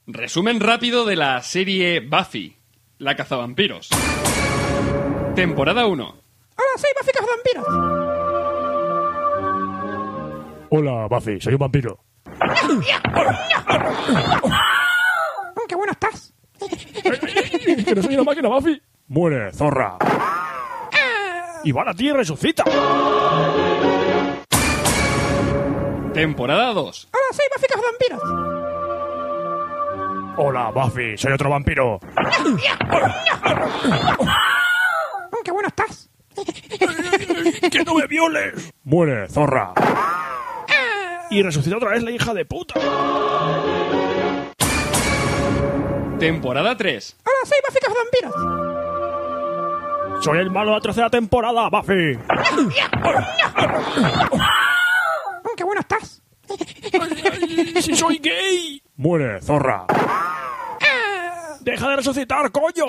Resumen rápido de la serie Buffy, la cazavampiros. Temporada 1. Hola, soy Buffy Cazavampiros. Hola, Buffy, soy un vampiro. ¡Qué bueno estás! ¡Que no soy una máquina, Buffy! ¡Muere, zorra! ¡Y va a la tierra y resucita! Temporada 2. Hola, soy Buffy Cazavampiros. Hola, Buffy, soy otro vampiro. ¡Qué bueno estás! ¡Que no me violes! ¡Muere, zorra! Y resucita otra vez la hija de puta. Temporada 3. Hola, soy Buffy Cazavampiros. Soy el malo de la tercera temporada, Buffy. ¡Qué bueno estás! ¡Si soy gay! ¡Muere, zorra! ¡Deja de resucitar, coño!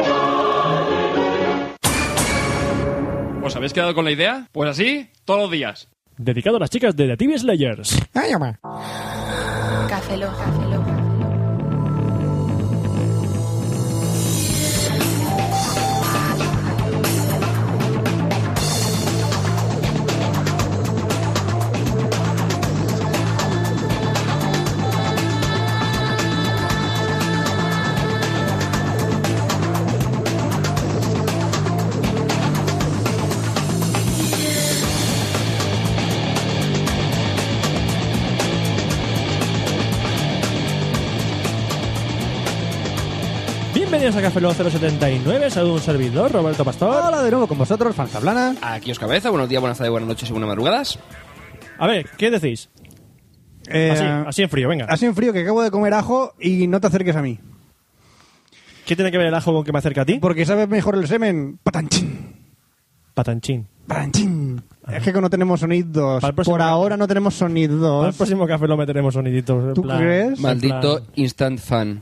¿Os habéis quedado con la idea? Pues así, todos los días. Dedicado a las chicas de The TV Slayers. ¡Ay, hombre! Café Lock. Bienvenidos a Café Lock 079. Saludo un servidor, Roberto Pastor. Hola de nuevo con vosotros, Fanzablana. Aquí os cabeza, buenos días, buenas tardes, buenas noches y buenas madrugadas. A ver, ¿qué decís? Así en frío, venga. Así en frío, que acabo de comer ajo y no te acerques a mí. ¿Qué tiene que ver el ajo con que me acerca a ti? Porque sabes mejor el semen. Patanchín. Patanchín. Patanchín. Es que no tenemos sonidos. Para el próximo Por ahora no tenemos Al sonidos. próximo Café Lock meteremos soniditos. en ¿Tú plan- crees? en Maldito plan- instant fan.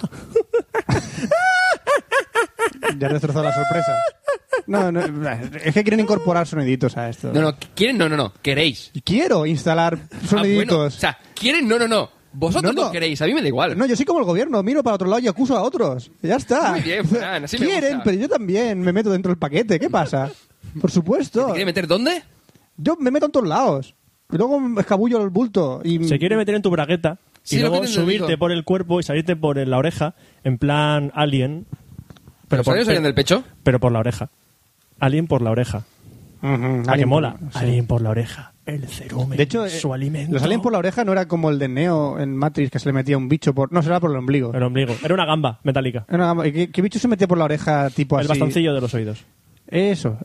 Ya has destrozado la sorpresa. No, es que quieren incorporar soniditos a esto. No, ¿quieren? No, queréis. Quiero instalar Ah, bueno, soniditos. o sea, ¿quieren? No. Vosotros no queréis, a mí me da igual. No, yo soy como el gobierno, miro para otro lado y acuso a otros. Ya está. Muy bien, Fran, así me Quieren, gusta. pero yo también me meto dentro del paquete. ¿Qué pasa? Por supuesto. ¿Te quiere meter dónde? Yo me meto en todos lados. Y luego me escabullo el bulto. Y Se quiere meter en tu bragueta Sí, y lo luego que te digo. subirte por el cuerpo y salirte por la oreja, en plan alien. ¿Pero por- los salían del pecho? Pero por la oreja. Alien por la oreja. Ujú, ¿A que alien mola? por- sí. Alien por la oreja. El cerumen. De hecho, su alimento. los aliens por la oreja no era como el de Neo en Matrix, que se le metía un bicho por... No, será por el ombligo. El ombligo. Era una gamba metálica. Era una- ¿Qué bicho se metía por la oreja tipo El así? bastoncillo de los oídos. Eso.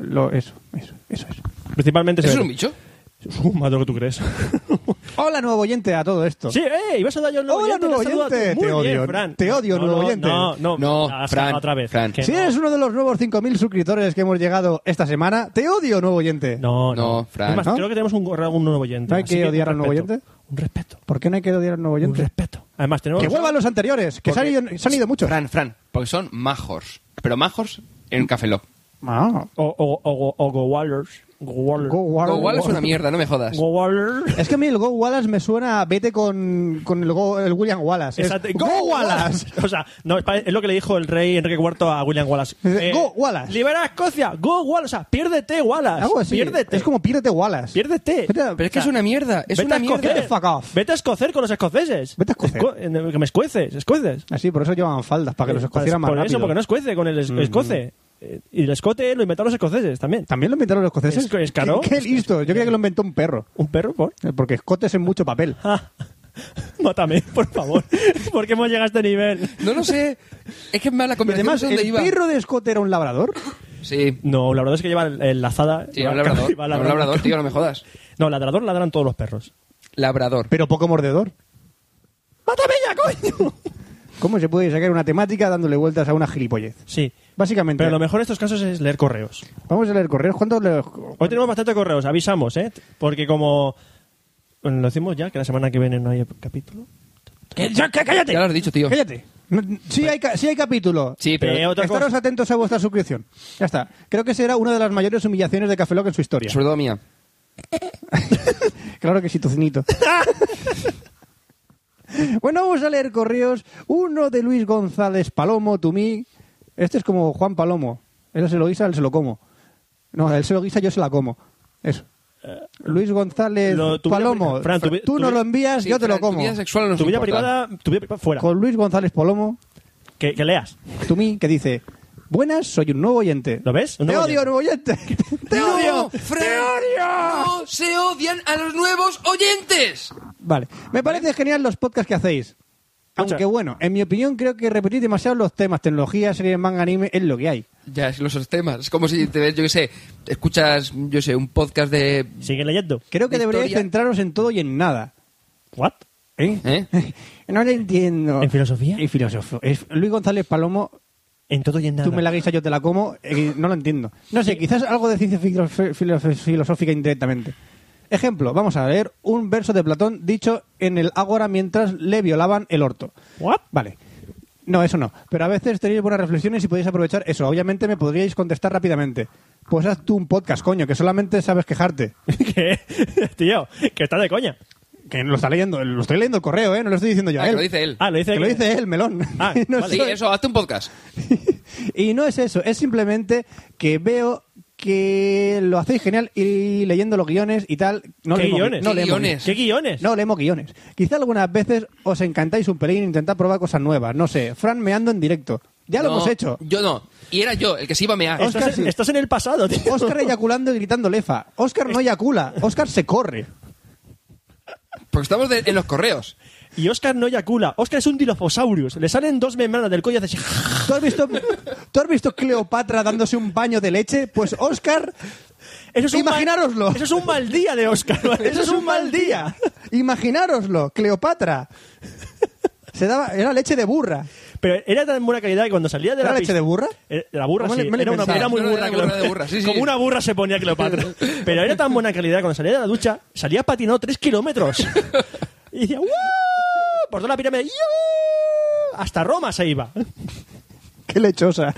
Principalmente ¿Eso se es ve- un bicho? Más de lo que tú crees. Hola, nuevo oyente, a todo esto. Sí, ibas a dar yo el nuevo Hola, oyente, nuevo te has saludado oyente. tú. Muy Te bien, odio. Fran. Te odio, nuevo oyente. No, Has Fran, cagado otra vez. Fran. Que Si no. eres uno de los nuevos 5.000 suscriptores que hemos llegado esta semana, te odio, nuevo oyente. No, Fran. Es más, ¿No? creo que tenemos un nuevo oyente. ¿No hay así que odiar un al nuevo respeto. oyente? Un respeto. ¿Por qué no hay que odiar al nuevo Un oyente? respeto. Además, tenemos... Que vuelvan los anteriores, que se han ido muchos. Fran, porque son majors. Pero majors en Café Lock. Ah. O Go Wallers. Go Wallers. Go Wallace. Igual es una mierda, no me jodas. Go Wallers. Es que a mí el Go Wallace me suena a vete con el William Wallace. Es Exacto. Go Wallace. O sea, no, es lo que le dijo el rey Enrique IV a William Wallace. Go Wallace. Libera a Escocia. Go Wallace. O sea, piérdete, Wallace. Algo así. Piérdete. Es como piérdete Wallace. Piérdete. Pero es que es una mierda, es Vete una a escocer. mierda. Get the fuck off. Vete a escocer con los escoceses. Vete a escocer. Que me escueces. Así, por eso llevaban faldas, para que los escocieran más Por rápido. eso, porque no escuece con el escoce. Y el escote lo inventaron los escoceses también. ¿También lo inventaron los escoceses? Es caro. Qué listo. Yo creía que lo inventó un perro. ¿Un perro? ¿Por? Porque escotes en mucho papel. Mátame, por favor. ¿Por qué hemos llegado a este nivel? No lo sé. Es que es mala Y conversación. además, ¿Dónde ¿el iba? perro de Scott era un labrador? Sí. No, la verdad es que lleva el lazada. Sí, era un labrador. Iba Era un ladrando. labrador, tío, no me jodas. No, ladrador ladran todos los perros. Labrador. Pero poco mordedor. ¡Mátame ya, coño! ¿Cómo se puede sacar una temática dándole vueltas a una gilipollez? Sí. Básicamente. Pero lo mejor en estos casos es leer correos. Vamos a leer correos. ¿Cuántos le... Hoy tenemos bastante correos, avisamos, ¿eh? Porque como... Bueno, lo decimos ya, que la semana que viene no hay capítulo. ¡Cállate! Ya lo has dicho, tío. ¡Cállate! Sí hay capítulo. Sí, pero otra Estaros cosa. atentos a vuestra suscripción. Ya está. Creo que será una de las mayores humillaciones de Café Lock en su historia. sobre todo mía. Claro que sí, tocinito. Bueno, vamos a leer correos. Uno de Luis González Palomo, to me. Este es como Juan Palomo. Él se lo guisa, él se lo como. No, él se lo guisa, yo se la como. Eso. Luis González Palomo. Fran, tú no lo envías, Sí, yo te lo Fran, como. Tu vida sexual no nos Tu vida importa. privada, fuera. Con Luis González Palomo, Que leas. to me, que dice: buenas, soy un nuevo oyente. ¿Lo ves? Un Te nuevo odio, nuevo oyente. Te ¡No, odio. Fran! Te odio. ¡No se odian a los nuevos oyentes! Vale. Me parece genial los podcasts que hacéis. Aunque bueno, en mi opinión creo que repetir demasiado los temas, tecnología, series, manga, anime, es lo que hay. Ya, es los temas. Es como si te ves, yo qué sé, escuchas, yo sé, un podcast de... Sigue leyendo. Creo que De deberíais historia. centraros en todo y en nada. ¿What? ¿Eh? ¿Eh? No lo entiendo. ¿En filosofía? En filosofía. Luis González Palomo, En todo y en nada. tú me la guisas, yo te la como. No lo entiendo. No sé, quizás algo de ciencia filosófica indirectamente. Ejemplo, vamos a leer un verso de Platón dicho en el Ágora mientras le violaban el orto. ¿What? Vale. No, eso no. Pero a veces tenéis buenas reflexiones y podéis aprovechar eso. Obviamente me podríais contestar rápidamente. Pues haz tú un podcast, coño, que solamente sabes quejarte. ¿Qué? Tío, que está de coña. Que lo está leyendo, lo estoy leyendo el correo, ¿eh? No lo estoy diciendo yo a Ah, que él. lo dice él. Ah, lo dice Que lo dice él, melón. Ah, No vale. Sí, soy- eso, hazte un podcast. Y no es eso, es simplemente que veo que lo hacéis genial y leyendo los guiones y tal. No ¿Qué leemos- guiones? No ¿Qué leemos- guiones? ¿Qué guiones? No leemos guiones. Quizá algunas veces os encantáis un pelín e intentad probar cosas nuevas. No sé, Fran meando en directo. Ya lo No, hemos hecho. Yo no. Y era yo el que se iba a mear. Oscar, Estás, sí. estás en el pasado, tío. Oscar eyaculando y gritando lefa. Oscar no eyacula, Oscar se corre. Porque estamos en los correos. Y Oscar no eyacula. Oscar es un Dilophosaurus. Le salen dos membranas del cuello y hace así. ¿Tú has visto Cleopatra dándose un baño de leche? Pues Oscar, Eso es un imaginároslo. Eso es un mal día de Oscar. ¿vale? Eso es un mal día. Imaginároslo, Cleopatra. Era leche de burra. Pero era tan buena calidad que cuando salía de ¿Era la leche de burra? La burra ¿Cómo sí, me lo he era, pensado? era muy Era burra. de burra, de burra, sí, sí. Como una burra se ponía Cleopatra. Pero era tan buena calidad que cuando salía de la ducha, salía patinado 3 kilómetros. Y decía, ¡wow! Por toda la pirámide, ¡yuuu! Hasta Roma se iba. Qué lechosa.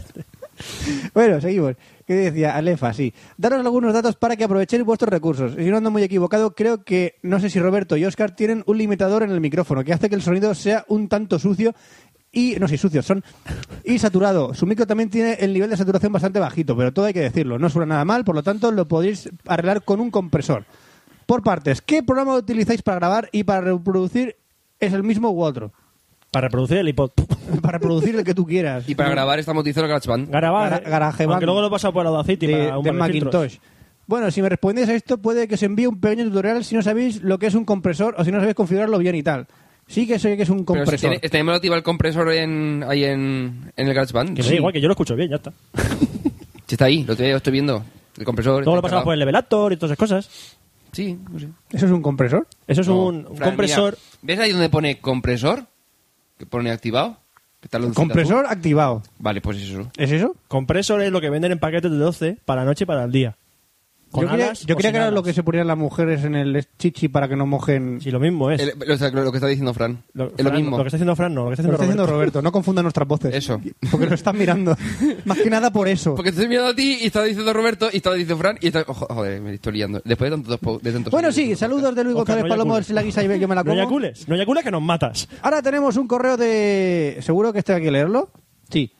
Bueno, seguimos. ¿Qué decía? Alefa, sí. Daros algunos datos para que aprovechéis vuestros recursos. Y si no ando muy equivocado, creo que, no sé si Roberto y Oscar tienen un limitador en el micrófono que hace que el sonido sea un tanto sucio y, no sé, sucios son, y saturado. Su micro también tiene el nivel de saturación bastante bajito, pero todo hay que decirlo. No suena nada mal, por lo tanto lo podéis arreglar con un compresor. Por partes, ¿qué programa utilizáis para grabar y para reproducir? ¿Es el mismo u otro? Para reproducir el iPod. Para reproducir el que tú quieras. Y para grabar estamos utilizando el GarageBand. Grabar. GarageBand. Aunque luego lo he pasado por Audacity para un de par de filtros. Macintosh. Bueno, si me respondéis a esto, puede que os envíe un pequeño tutorial si no sabéis lo que es un compresor o si no sabéis configurarlo bien y tal. Sí que sé que es un Pero si compresor. tenemos activado el compresor ahí en el GarageBand. Que me Sí. da igual, que yo lo escucho bien, ya está. Sí, está ahí, lo estoy viendo. El compresor. Luego lo está pasamos por el levelator y todas esas cosas. Sí, no sé. ¿Eso es un compresor? Eso es No, un Fran, compresor. mira, ¿ves ahí donde pone compresor? Que pone activado. ¿Qué tal lo Compresor activado. Vale, pues eso. ¿Es eso? Compresor es lo que venden en paquetes de 12 para la noche y para el día. Con Yo creía, alas yo o creía sin que era alas. lo que se ponían las mujeres en el chichi para que no mojen. Sí, lo mismo es. Lo que está diciendo Fran. Lo, es lo Fran, mismo. Lo que está haciendo Fran no, lo que está Lo haciendo, está diciendo Roberto. Roberto, no confundan nuestras voces. Eso. Porque lo están mirando. Más que nada por eso. Porque te estoy mirando a ti y está diciendo Roberto y está diciendo Fran y está... joder, me estoy liando. Después de tantos... Bueno, sí, saludos de Luis Oscar, González no Palomo, eyacules. si la guisa y yo me la No como. eyacules, no eyacules que nos matas. Ahora tenemos un correo de... ¿Seguro que este hay que leerlo? Sí.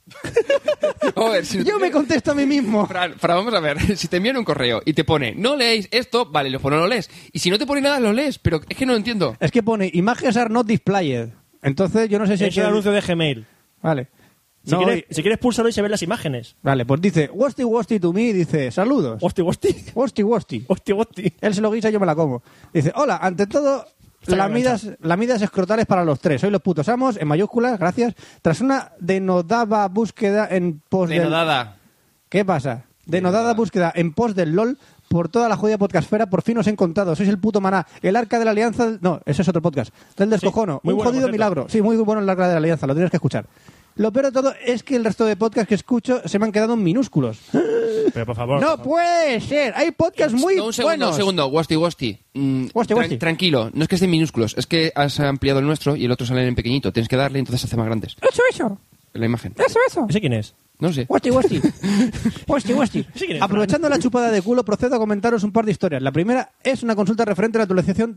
Joder, si Yo me contesto a mí mismo. Fran, vamos a ver. Si te envían un correo y te pone, no leéis esto, vale, pues no lo lees. Y si no te pone nada, lo lees. Pero es que no lo entiendo. Es que pone images are not displayed. Entonces yo no sé si hay Es que... el anuncio de Gmail. Vale. Si, No, si quieres pulsarlo y se ven las imágenes. Vale, pues dice, Wosty Wosty to me, dice, saludos. Hosti, hosti. Wosty Wosty. Hosti, hosti. Él se lo guisa, yo me la como. Dice, hola, ante todo, Está lamidas escrotales para los tres. Soy los putos amos, en mayúsculas, gracias. Tras una denodada búsqueda en pos del... Denodada. ¿Qué pasa? Denodada búsqueda en pos del LOL por toda la jodida podcastfera, por fin os he encontrado. Sois el puto maná. El arca de la alianza... No, ese es otro podcast. Del descojono. muy Un bueno, jodido por cierto. milagro. Sí, muy bueno el arca de la alianza. Lo tienes que escuchar. Lo peor de todo es que el resto de podcasts que escucho se me han quedado en minúsculos. Pero por favor. No puede ser. Hay podcasts muy No, un segundo, buenos. un segundo. Wasti. Wasti. Tranquilo, no es que esté en minúsculos, es que has ampliado el nuestro y el otro sale en pequeñito. Tienes que darle y entonces se hace más grandes. Eso. En la imagen. Eso. ¿Ese quién es? No sé. Guasti. Sí, ¿quién es, Aprovechando la chupada de culo, procedo a comentaros un par de historias. La primera es una consulta referente a la actualización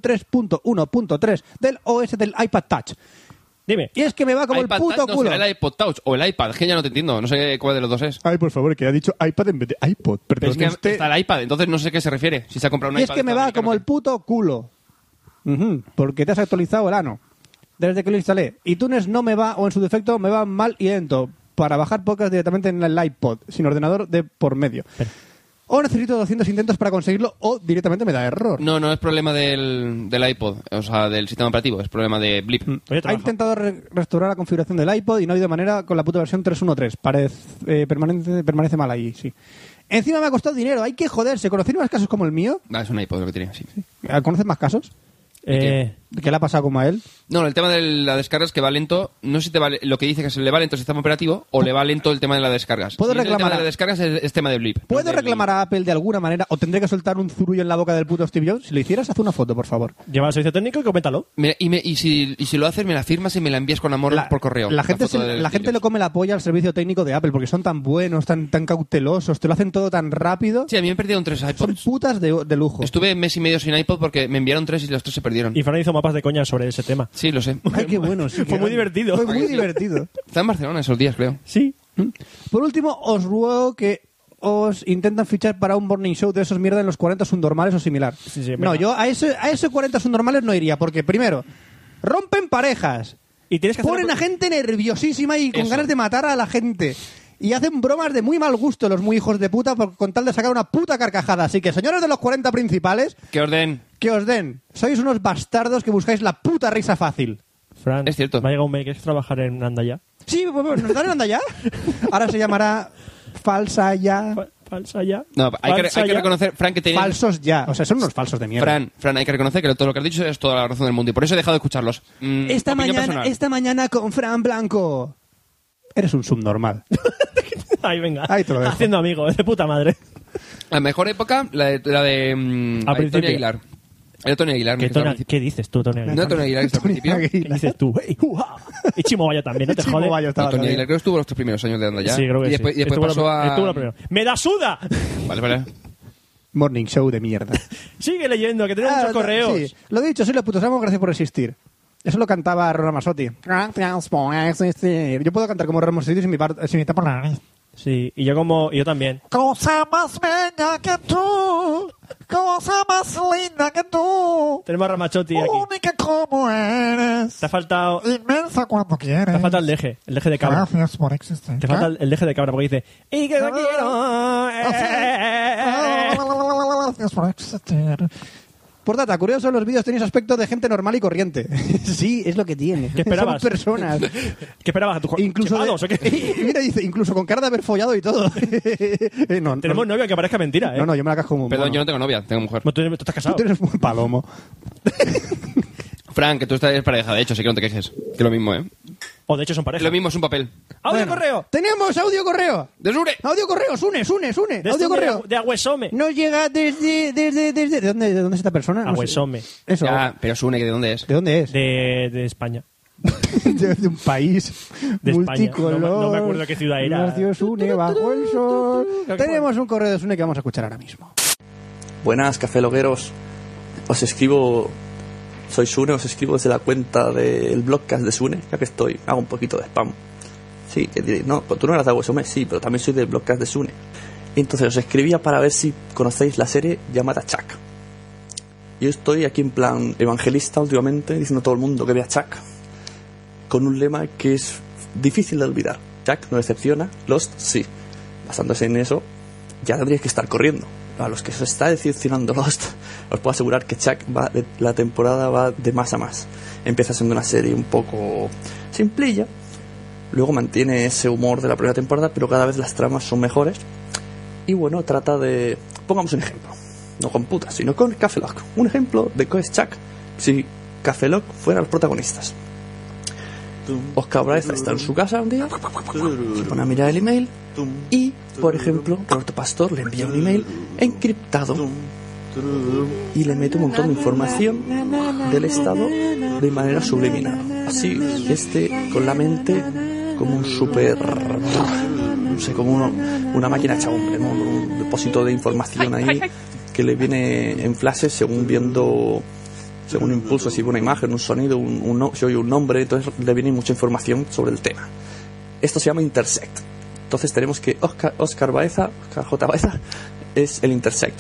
3.1.3 del OS del iPad Touch. Dime. Y es que me va como iPad el puto Touch, no, culo. será el iPod Touch o el iPad. Es que ya no te entiendo. No sé cuál de los dos es. Ay, por favor, que ha dicho iPad en vez de iPod. Pero es que está el iPad, entonces no sé qué se refiere. Si se ha comprado un Y iPad... es que me va como el puto culo. Porque te has actualizado el ano. Desde que lo instalé. iTunes no me va, o en su defecto me va mal y lento. Para bajar podcast directamente en el iPod, sin ordenador de por medio. O necesito 200 intentos para conseguirlo, o directamente me da error. No es problema del iPod, o sea, del sistema operativo, es problema de Blip. Oye, Ha trabaja. intentado restaurar la configuración del iPod y no ha ido de manera con la puta versión 3.1.3. Permanece mal ahí, sí. Encima me ha costado dinero, hay que joderse. ¿Conocéis más casos como el mío? Es un iPod lo que tenía, sí. ¿Conoces más casos? ¿Qué le ha pasado como a él? No, el tema de la descarga es que va lento. No sé si te va, lo que dice que se le va lento el sistema operativo o le va lento el tema de las descargas. ¿Puedo Si es el reclamar tema de a- las descargas es tema de Blip. ¿Puedo Del- reclamar a Apple de alguna manera o tendré que soltar un zurullo en la boca del puto Steve Jobs? Si lo hicieras, haz una foto, por favor. Lleva al servicio técnico y coméntalo. Y si lo haces, me la firmas y me la envías con amor por correo. La gente, foto del la gente Steve le Jobs. come la polla al servicio técnico de Apple porque son tan buenos, tan cautelosos, te lo hacen todo tan rápido. Sí, a mí me perdieron 3 Son iPods. putas de lujo. Estuve mes y medio sin iPod porque me enviaron 3 y los 3 se perdieron. Y Fran hizo mapas de coña sobre ese tema. Sí, lo sé. Ay, qué bueno. sí, Fue qué muy grande. divertido. Fue muy divertido. Está en Barcelona esos días, creo. Sí. Por último, os ruego que os intentan fichar para un morning show de esos mierda en los 40 subnormales o similar. Sí, venga. No, yo a ese 40 subnormales no iría porque, primero, rompen parejas, Y tienes que hacer... ponen a gente nerviosísima y con Eso. ganas de matar a la gente. Y hacen bromas de muy mal gusto los muy hijos de puta con tal de sacar una puta carcajada. Así que, señores de los 40 principales, Que orden. que os den. Sois unos bastardos que buscáis la puta risa fácil. Fran, Es cierto. me ha llegado un mail. ¿Quieres trabajar en Andaya? Sí, pues, ¿nos dan anda ya? Ahora se llamará Falsa ya. Falsa ya. No, hay que Falsa ya. reconocer, Fran, que tenía... Falsos ya. O sea, son unos falsos de mierda. Fran, hay que reconocer que todo lo que has dicho es toda la razón del mundo y por eso he dejado de escucharlos. Esta Opinión mañana, personal. con Fran Blanco. Eres un subnormal. Ahí, venga. Ahí te lo dejo. Haciendo amigos, de puta madre. La mejor época, la de Al Tony principio. Aguilar. El Tony Aguilar. ¿Qué, que está al Tony- principio. ¿Qué dices tú, Tony Aguilar? No Tony Aguilar que está al Tony principio. Aguilar. ¿Qué dices tú? Ey, ¡uah! Y Chimo Vaya también, ¿no te Chimo jode? Bayo estaba No, Tony también. Aguilar creo que estuvo los 3 primeros años de Anda ya. Sí, creo que y después, sí. y después Estuvo pasó estuvo a... primero. ¡Me da suda! Vale. Morning show de mierda. Sigue leyendo, que tenemos muchos correos. Sí, lo dicho, soy los putos amos, gracias por existir. Eso lo cantaba Rona Masotti. Gracias por existir. Yo puedo cantar como Rona Masotti sin mi tapa la nariz. Sí, y yo también. Cosa más bella que tú, cosa más linda que tú, Tenemos a Ramachotti aquí. única como eres, Te ha faltado inmensa cuando quieres. el deje de cabra. Gracias por existir. Te falta el deje de cabra porque dice y que no quiero. Gracias por existir. Por data, curioso, los vídeos tenéis aspecto de gente normal y corriente. Sí, es lo que tiene. ¿Qué esperabas? Son personas. ¿Qué esperabas? Incluso ¿Quemados o qué? Mira, dice, incluso con cara de haber follado y todo. No, Tenemos novio que parezca mentira, ¿eh? no, yo me la casco como un Perdón, mono. yo no tengo novia, tengo mujer. Tú estás casado. Tú eres un palomo. Fran, que tú estás pareja, de hecho, así que no te quejes. Que lo mismo, ¿eh? O de hecho son pareja. Lo mismo es un papel. ¡Audio Bueno, correo! ¡Tenemos audio correo! ¡De Sure! ¡Audio correo! ¡Sune! De ¡Audio correo! De Agüesome. Nos llega desde... ¿De dónde es esta persona? No sé. Agüesome. Eso. Ya, pero Sune, ¿de dónde es? ¿De dónde es? De España. De un país De España. multicolor. No me acuerdo qué ciudad era. Nació Sune bajo el sol. Creo que Tenemos un correo de Sune que vamos a escuchar ahora mismo. Buenas, cafelogueros. Os escribo... Soy Sune, os escribo desde la cuenta del blogcast de Sune, ya que estoy, hago un poquito de spam. Sí, que diréis, no, pues tú no eras de Agüesome, sí, pero también soy del blogcast de Sune. Entonces os escribía para ver si conocéis la serie llamada Chuck. Yo estoy aquí en plan evangelista últimamente, diciendo a todo el mundo que vea Chuck, con un lema que es difícil de olvidar. Chuck no decepciona, Lost sí. Basándose en eso, ya tendríais que estar corriendo. A los que os está decepcionando Lost, os puedo asegurar que Chuck la temporada va de más a más. Empieza siendo una serie un poco simplilla, luego mantiene ese humor de la primera temporada, pero cada vez las tramas son mejores. Y bueno, trata de... Pongamos un ejemplo, no con putas, sino con Café Lock. Un ejemplo de qué es Chuck si Café Lock fueran los protagonistas. Oscar Bryce está en su casa un día, se pone a mirar el email y, por ejemplo, Roberto Pastor le envía un email encriptado y le mete un montón de información del estado de manera subliminal. Así, con la mente como un super no sé, como una máquina hecha hombre, ¿no? Un depósito de información ahí que le viene en flashes según impulso, si ve una imagen, un sonido, si oye un nombre, entonces le viene mucha información sobre el tema. Esto se llama Intersect. Entonces tenemos que Oscar J. Baeza es el Intersect.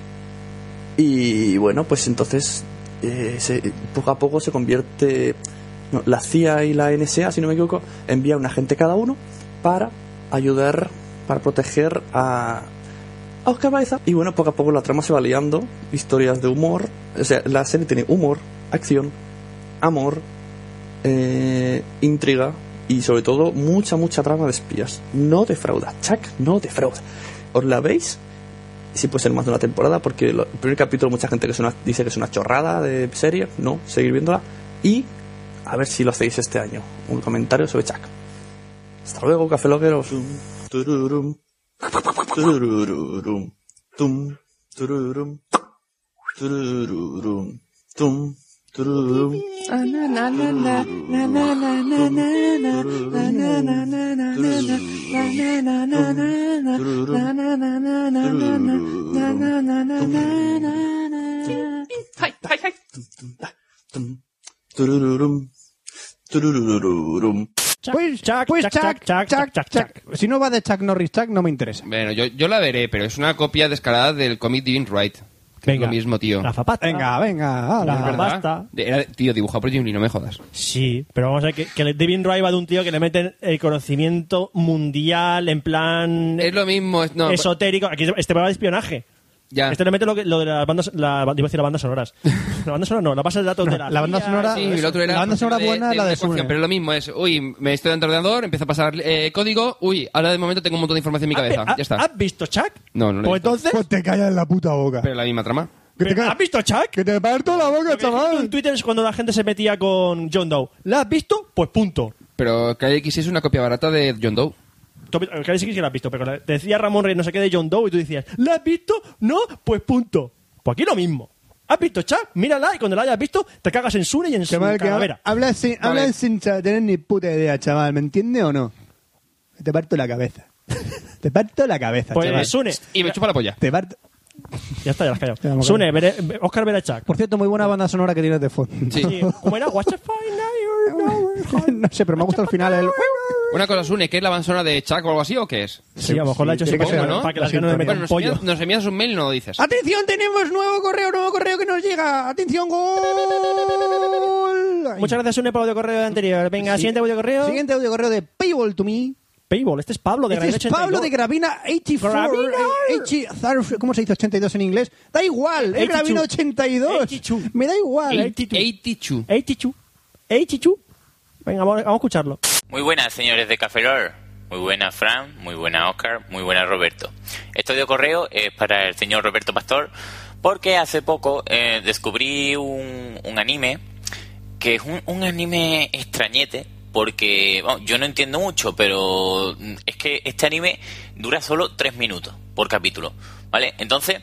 Y bueno, pues entonces poco a poco se convierte... No, la CIA y la NSA, si no me equivoco, envía un agente cada uno para ayudar, para proteger a Oscar Baeza. Y bueno, poco a poco la trama se va liando, historias de humor, o sea, la serie tiene humor, acción, amor, intriga y sobre todo mucha trama de espías. No defrauda, Chuck no defrauda. ¿Os la veis? Sí, puede ser más de una temporada, porque el primer capítulo mucha gente dice que es una chorrada de serie. No, seguir viéndola y a ver si lo hacéis este año. Un comentario sobre Chuck. Hasta luego, cafelogueros. Tururum. Tururum. Tum. Tururum. Tururum. Tum. Tururum. Tururum. Turururum. Pues Chuck. Si no va de Chuck Norris Chuck, no me interesa. Bueno, yo la veré, pero es una copia descarada del cómic Divine Right. Que es lo mismo, tío. La zapata. Venga, La hala. basta. Tío, dibujado por Jim Lee, no me jodas. Sí, pero vamos a ver que el Devin Ray va de un tío que le meten el conocimiento mundial en plan Es lo mismo. No, esotérico. Aquí este va de espionaje. ya. Este le mete lo de las bandas, iba a decir las bandas sonoras. La banda sonora no, la base de datos de La banda CIA, sonora, Sí, el otro era la banda sonora buena es la de ecuación, Sune. pero lo mismo es, me estoy dando ordenador, empiezo a pasar código, ahora de momento tengo un montón de información en mi cabeza, ya está. ¿Has visto Chuck? No, no lo he Pues visto. entonces, Pues te callas en la puta boca. Pero la misma trama. ¿has visto Chuck? Que te parto la boca, En chaval. Twitter es cuando la gente se metía con John Doe. ¿La has visto? Pues punto. Pero KX es una copia barata de John Doe. Casi sí que la has visto, pero te decía Ramón Rey no sé qué de John Doe y tú decías, ¿la has visto? No, pues punto. Pues aquí lo mismo. ¿Has visto Chuck? Mírala y cuando la hayas visto te cagas en Sune y en su Chaval, que calavera. hablas sin tener ni puta idea, chaval. ¿Me entiendes o no? Te parto la cabeza. Te parto la cabeza, Pues chaval. Sune, Y me chupa la polla. Te parto... ya está, ya las has Ya, callado. vamos, Sune, Oscar verá Chuck. Por cierto, muy buena banda sonora que tienes de fondo. Sí. Sí, ¿cómo era? What's the fine No sé, pero me ha gustado al final el... Una cosa, Sune, ¿qué es la banda de Chuck o algo así o qué es? Sí, a lo mejor la ha hecho tiene que supongo, ser, ¿no? ¿no? Para que la La gente no me meta Bueno, un pollo. nos envías un mail y no lo dices. ¡Atención! Tenemos nuevo correo que nos llega. ¡Atención, gol! Muchas gracias, Sune, por el audio correo anterior. Venga, siguiente audio correo. Siguiente audio correo de Paywall to Me. Paywall, este es Pablo de Este es Gravina Pablo 82. de Gravina 84. ¿Cómo se dice 82 en inglés? Da igual, es 82. Gravina 82. 82. Me da igual. 82. 82. 82. Venga, vamos a escucharlo. Muy buenas, señores de Café Lover. Muy buena, Fran. Muy buena, Oscar. Muy buena, Roberto. Este audio correo es para el señor Roberto Pastor, porque hace poco descubrí un anime que es un anime extrañete, porque bueno, yo no entiendo mucho, pero es que este anime dura solo 3 minutos por capítulo, ¿vale? Entonces,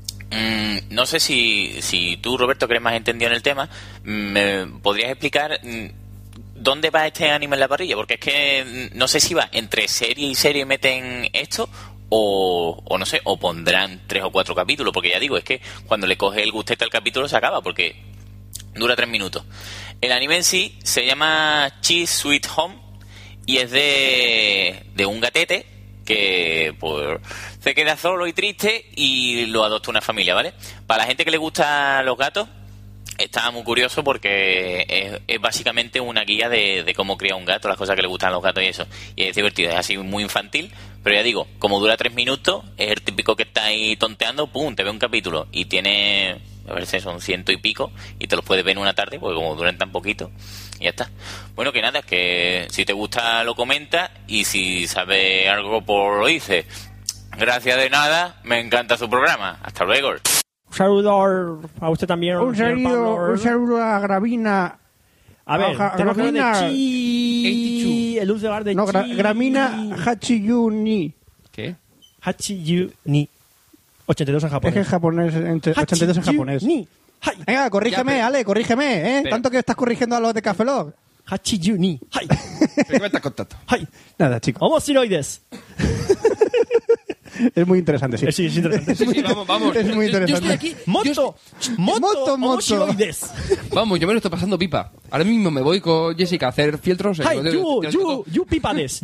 no sé si tú, Roberto, que eres más entendido en el tema, me podrías explicar dónde va este anime en la parrilla, porque es que no sé si va entre serie y serie meten esto o no sé, o pondrán 3 o 4 capítulos, porque ya digo, es que cuando le coge el gustete al capítulo se acaba, porque dura 3 minutos. El anime en sí se llama Cheese Sweet Home y es de un gatete que pues se queda solo y triste y lo adopta una familia, ¿vale? Para la gente que le gusta los gatos, está muy curioso porque es básicamente una guía de cómo criar un gato, las cosas que le gustan a los gatos y eso. Y es divertido, es así muy infantil, pero ya digo, como dura 3 minutos, es el típico que está ahí tonteando, pum, te ve un capítulo y tiene, a ver si son 100 y pico y te los puedes ver en una tarde porque como duran tan poquito y ya está. Bueno, que nada, que si te gusta lo comenta y si sabes algo por lo dices. Gracias de nada, me encanta su programa. Hasta luego. Un saludo a usted también. Un señor Pablo. saludo a Gravina. A ver, a tengo que hablar Gravina. de Chi. El luz de hogar de No, Chi. Gravina Hachiyuni. ¿Qué? Hachiyuni. 82 en Es japonés. que en japonés, 82 en japonés. Hachiyuni. Hai. Venga, corrígeme, Ya, pero- Ale, corrígeme, ¿eh? Pero- Tanto que estás corrigiendo a los de Café Lock. Hachiyuni. Hai. ¿Pero qué me estás contando? Hai. Nada, chicos. Omosiroi desu. Es muy interesante, sí. Sí, es interesante. Sí, vamos. Es muy Yo interesante. estoy aquí. Moto Oshioides. Vamos, yo me lo estoy pasando pipa. Ahora mismo me voy con Jessica a hacer fieltros. Hi, you pipades.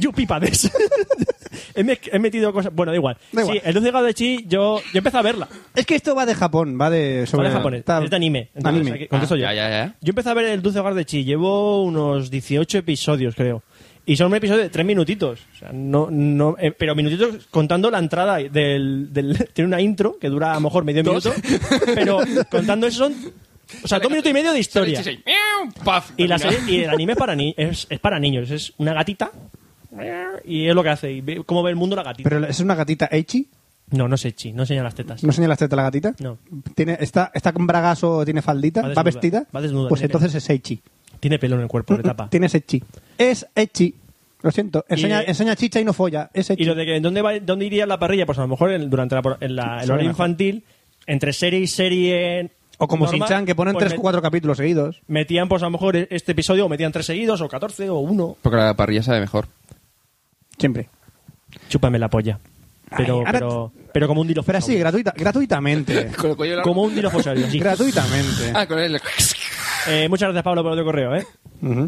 He metido cosas... Bueno, da igual. Da igual. Sí, el dulce legado de Chi, yo empecé a verla. Es que esto va de Japón, va de... Sobre japonés, es de anime. Entonces, Anime. aquí- contesto yo. Ya. Yo empecé a ver el dulce hogar de Chi. Llevo unos 18 episodios, creo. Y son episodios de 3 minutitos. O sea, pero minutitos contando la entrada tiene una intro que dura a lo mejor medio minuto. Pero contando eso son... O sea, 2 minutos y medio de historia. Y la serie, y el anime es para niños. Es una gatita. Y es lo que hace. Y ve cómo ve el mundo la gatita. Pero es una gatita Eichi. No es Echi. No enseña las tetas. ¿No enseña las tetas la gatita? No. ¿Está con bragas o tiene faldita? Va ¿Va, desnuda. vestida? Va desnuda, Pues tiene entonces es Eichi. Tiene pelo en el cuerpo, le tapa. Tienes Eichi. Es Eichi. Lo siento. Enseña chicha y no folla. Es Eichi. Y lo de que ¿dónde iría la parrilla? Pues a lo mejor durante el horario mejor. infantil, entre serie y serie... O como normal, Shin-Chan, que ponen pues 3 o 4 capítulos seguidos. metían, pues a lo mejor este episodio, o metían 3 seguidos, o 14, o 1. Porque la parrilla sabe mejor. Siempre. Chúpame la polla. Pero, Ay, ahora- pero como un Pero dilofosaurio. así, gratuitamente. Con el cuello largo. Como un dilofosaurio, sí. Gratuitamente. Con el... Muchas gracias, Pablo, por el correo, ¿eh? Ujú.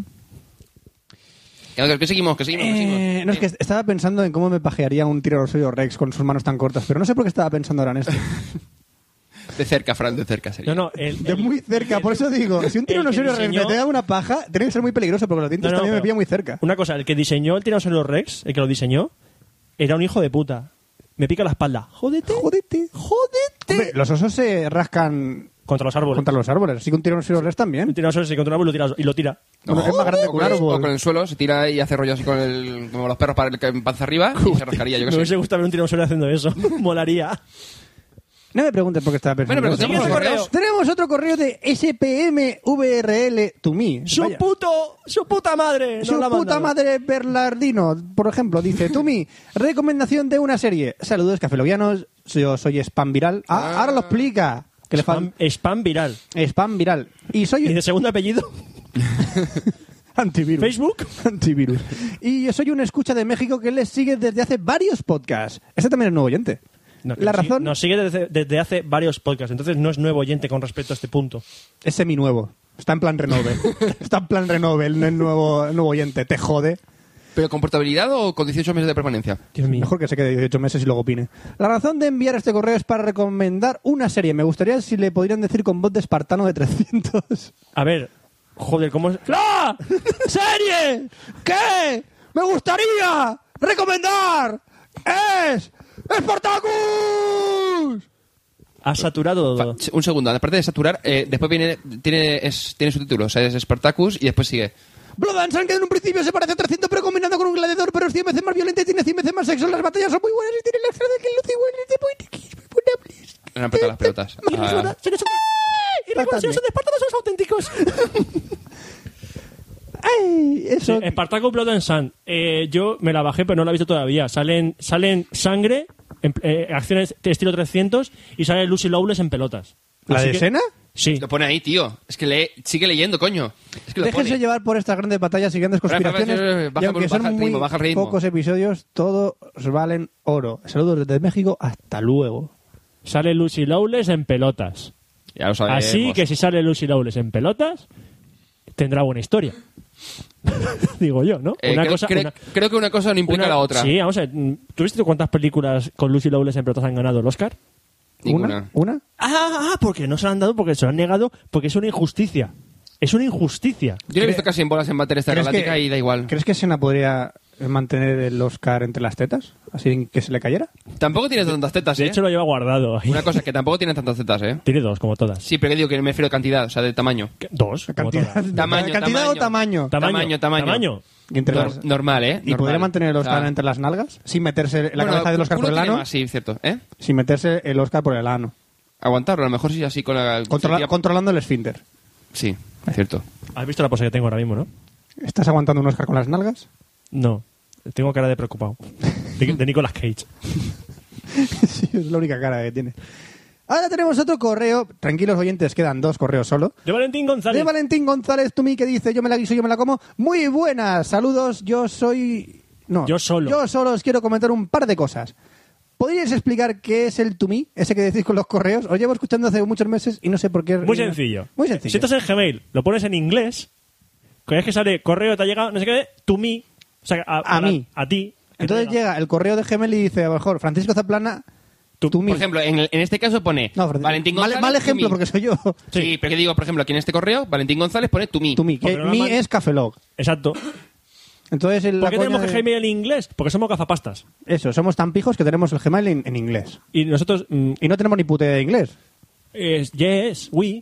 Que seguimos. No, es que estaba pensando en cómo me pajearía un tiranosaurio Rex con sus manos tan cortas, pero no sé por qué estaba pensando ahora en esto. De cerca, Fran, de cerca sería. No, De muy cerca, por eso digo, si un tiranosaurio Rex me diseñó- te da una paja, tiene que ser muy peligroso porque los dientes también me pero pillan muy cerca. Una cosa, el que diseñó el tiranosaurio Rex, el que lo diseñó, era un hijo de puta. Me pica la espalda. Jódete. Hombre, los osos se rascan Contra los árboles. contra los árboles, así que un tiranosaurio Rex Un también. tiranosaurio se contra un árbol y lo tira. Bueno, es más grande que un árbol. O con el suelo, se tira y hace rollo así como los perros para el panza arriba y se rascaría, yo Me que hubiese sé. gustado ver un tiranosaurio haciendo eso. Molaría. No me preguntes por qué estaba pensando. Bueno, pero en eso. seguimos correos. Tenemos otro correo de SPMVRL to me. ¡Su Vaya. puta madre! nos Su la ha puta mandado. madre Bernardino, por ejemplo, dice: To me, recomendación de una serie. Saludos, cafelovianos. Yo soy Spam Viral. Ahora lo explica. Que le Spam viral. Spam Viral. Y soy ¿Y de segundo apellido? antivirus. ¿Facebook? Antivirus. Y yo soy un escucha de México que les sigue desde hace varios podcasts. Este también es nuevo oyente. No, La razón Nos sigue desde hace varios podcasts, entonces no es nuevo oyente con respecto a este punto. es seminuevo. Está en plan renove. Está en plan renove, no es nuevo oyente. Te jode. ¿Pero con portabilidad o con 18 meses de permanencia? Dios mío. Mejor que se quede 18 meses y luego opine. La razón de enviar este correo es para recomendar una serie. Me gustaría si le podrían decir con voz de espartano de 300. A ver, joder, ¿cómo es? ¡La serie que me gustaría recomendar es ¡Spartacus! Ha saturado todo. Un segundo, aparte de saturar, después tiene subtítulos, o sea, es Spartacus y después sigue. Blood and Sand, que en un principio se parece a 300 pero combinando con un gladiador, pero es 100 veces más violenta y tiene 100 veces más sexo. Las batallas son muy buenas y tiene la extra de que luce igual y de muy buenables. Le han apretado las pelotas. Y recuerda, si no son de Esparta, no son auténticos. ¡Ay! Eso. Spartacus Blood and Sand. Yo me la bajé, pero no la he visto todavía. Salen sangre, acciones de estilo 300 y sale Lucy Lawless en pelotas. ¿La Así de que- Sena? Sí. Lo pone ahí, tío. Es que sigue leyendo, coño. Es que lo Déjense pone. llevar por estas grandes batallas y grandes conspiraciones. Baja y aunque son el ritmo, muy baja el ritmo. pocos episodios, todos valen oro. Saludos desde México. Hasta luego. Sale Lucy Lawless en pelotas. Ya lo sabemos. Así que si sale Lucy Lawless en pelotas, tendrá buena historia. Digo yo, ¿no? Creo que una cosa no implica la otra. Sí, vamos a ver. ¿Tú viste cuántas películas con Lucy Lawless en pelotas han ganado el Oscar? Ninguna. ¿Una? Porque no se lo han dado, porque se lo han negado, porque es una injusticia. Es una injusticia. Yo lo he visto casi en bolas en Battlestar ¿Crees Galáctica que- y da igual. ¿Crees que Sena podría mantener el Oscar entre las tetas? Así que se le cayera. Tampoco tiene tantas tetas, De ¿eh? hecho, lo lleva guardado ahí. Una cosa es que tampoco tiene tantas tetas, ¿eh? Tiene dos, como todas. Sí, pero que digo que me refiero a cantidad, o sea, de tamaño. Dos, como Cantidad, todas. Tamaño, ¿Cantidad o tamaño. tamaño? Tamaño. Y, entre las- Normal, ¿eh? ¿Y Normal. podría mantener el Oscar O sea, entre las nalgas? Sin meterse la bueno, cabeza del Oscar uno por el tiene ano. más, sí, cierto. ¿Eh? Sin meterse el Oscar por el ano. Aguantarlo, a lo mejor sí, así con la... Controlando el esfínter. Sí, es cierto. Has visto la pose que tengo ahora mismo, ¿no? ¿Estás aguantando un Oscar con las nalgas? No. Tengo cara de preocupado. De Nicolas Cage. Sí, es la única cara que tiene. Ahora tenemos otro correo. Tranquilos oyentes, quedan 2 correos solo. De Valentín González. De Valentín González Tumi, que dice: yo me la guiso, yo me la como. Muy buenas, saludos, yo soy No, Yo solo. Yo solo os quiero comentar un par de cosas. ¿Podríais explicar qué es el to me, ese que decís con los correos? Os llevo escuchando hace muchos meses y no sé por qué. Muy sencillo. Muy sencillo. Si estás en Gmail, lo pones en inglés, que es que sale correo te ha llegado, no sé qué, to me, o sea, A mí. a ti. Entonces llega el correo de Gmail y dice, a lo mejor, Francisco Zaplana, to me. Por ejemplo, en este caso pone No, Valentín González. mal to ejemplo me. porque soy yo. Sí, pero que digo, por ejemplo, aquí en este correo, Valentín González pone to me. To me, que Porque me normal- es Cafelog. Exacto. Entonces, ¿Por qué tenemos que Gmail en inglés? Porque somos gafapastas. Eso, somos tan pijos que tenemos el Gmail en inglés. Y nosotros, Y no tenemos ni puta idea de inglés. yes, we,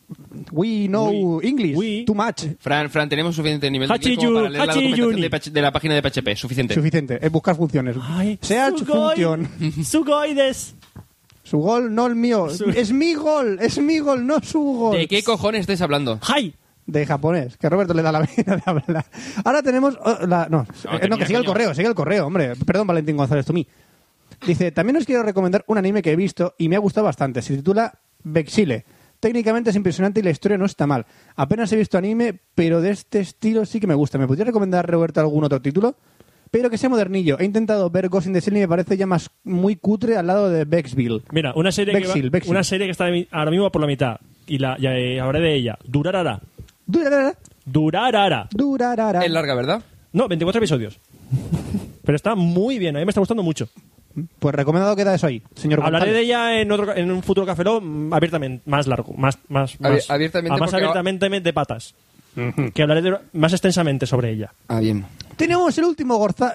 We know English. We- Too much. Fran, tenemos suficiente nivel de inglés Hachi como para yu- leer la hachi documentación yuni. de la página de PHP. Suficiente. Suficiente. Es buscar funciones. Ay, Search sugoi, function. sugoi des. Su gol, no el mío. Es mi gol, no su gol. ¿De qué cojones estáis hablando? Hi. De japonés, que a Roberto le da la vida de hablar. Ahora tenemos... no, termina, que siga el correo, hombre. Perdón, Valentín González, tú mí. Dice, también os quiero recomendar un anime que he visto y me ha gustado bastante. Se titula Vexile. Técnicamente es impresionante y la historia no está mal. Apenas he visto anime, pero de este estilo sí que me gusta. ¿Me podría recomendar, Roberto, algún otro título? Pero que sea modernillo. He intentado ver Ghost in the Shell y me parece ya más muy cutre al lado de Vexville. Mira, una serie, Vexil. una serie que está ahora mismo por la mitad. Y hablaré de ella. Durarara. Durarara. Es larga, ¿verdad? No, 24 episodios. Pero está muy bien. A mí me está gustando mucho. Pues recomendado queda eso ahí, señor Hablaré González. de ella en un futuro Café Lock, abiertamente, más largo, más Abiertamente más porque- abiertamente de patas. Que hablaré más extensamente sobre ella. Ah, bien. Tenemos el último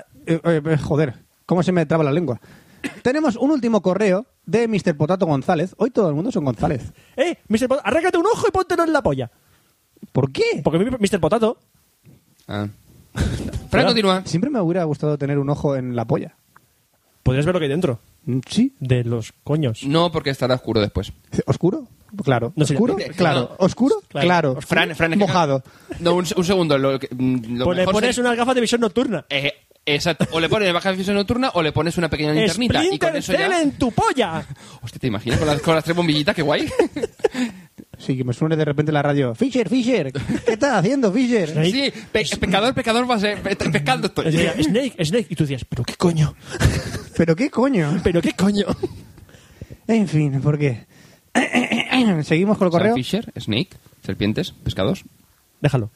joder, cómo se me traba la lengua. Tenemos un último correo de Mr. Potato González. Hoy todo el mundo son González. Mr. Potato, arráncate un ojo y póntelo en la polla. ¿Por qué? Porque Mr. Potato, Ah. Fran, continúa. Siempre me hubiera gustado tener un ojo en la polla. podrías ver lo que hay dentro. ¿Sí? De los coños. No, porque estará oscuro después. ¿Oscuro? Claro. No sé. ¿Oscuro? Claro. No. ¿Oscuro? Claro. Fran, es que- Mojado. No, un segundo. Lo Pues le mejor pones sería- unas gafas de visión nocturna. Exacto. O le pones baja de visión nocturna o le pones una pequeña linternita. Y con Splinter eso Cell ya... en tu polla. Hostia, ¿te imaginas con las tres bombillitas? ¡Qué guay! Sí, que me suene de repente la radio. Fisher, ¿qué estás haciendo, Fisher? Snake. Sí, pecador va a ser... Pescando estoy. Decía, Snake. Y tú decías, ¿pero qué coño? ¿Pero qué coño? ¿Pero qué coño? En fin, ¿por qué? Seguimos con el correo. Fisher, Snake, serpientes, pescados. Déjalo.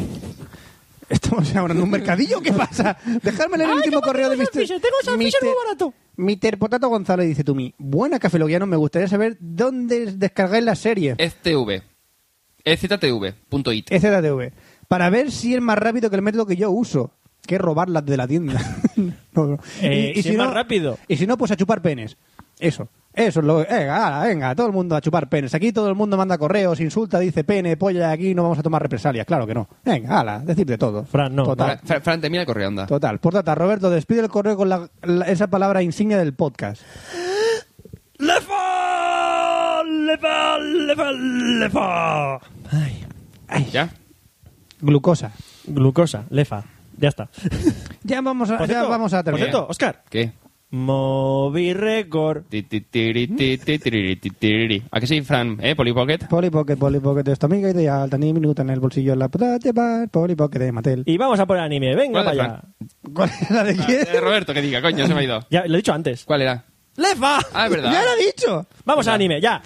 ¿Estamos ahora en un mercadillo? ¿Qué pasa? Dejadme leer el último correo de Mr. Tengo Salfisher muy barato. Mr. Potato González dice tú mí. Buena Cafeloguiano, me gustaría saber dónde descargáis la serie. EZTV. EZTV.it. EZTV. Para ver si es más rápido que el método que yo uso. Que es robarlas de la tienda. No. Si es más rápido. Y si no, pues a chupar penes. Eso es lo... venga, todo el mundo a chupar penes. Aquí todo el mundo manda correos, insulta, dice pene, polla, aquí no vamos a tomar represalias. Claro que no. Venga, decir de todo. Fran, no. Total. Fran, termina el correo, anda. Total. Por tanto, Roberto, despide el correo con esa palabra insignia del podcast. ¡Lefa! Ay, ¿Ya? glucosa. Glucosa, lefa. Ya está. Ya vamos a Por cierto, terminar. Por cierto, Oscar. ¿Qué? Movi Record. ¿A qué sí, Fran? Polly Pocket. Polly Pocket de esta amiga y de alta, ni minuta en el bolsillo en la puta llevar Polly Pocket de Mattel. Y vamos a poner anime. Venga ¿Cuál para de allá. ¿Cuál es la de quién? Roberto, que diga, coño, se me ha ido. Ya lo he dicho antes. ¿Cuál era? ¡Lefa! Ah, es verdad. ¡Ya lo he dicho! Vamos a anime, ya.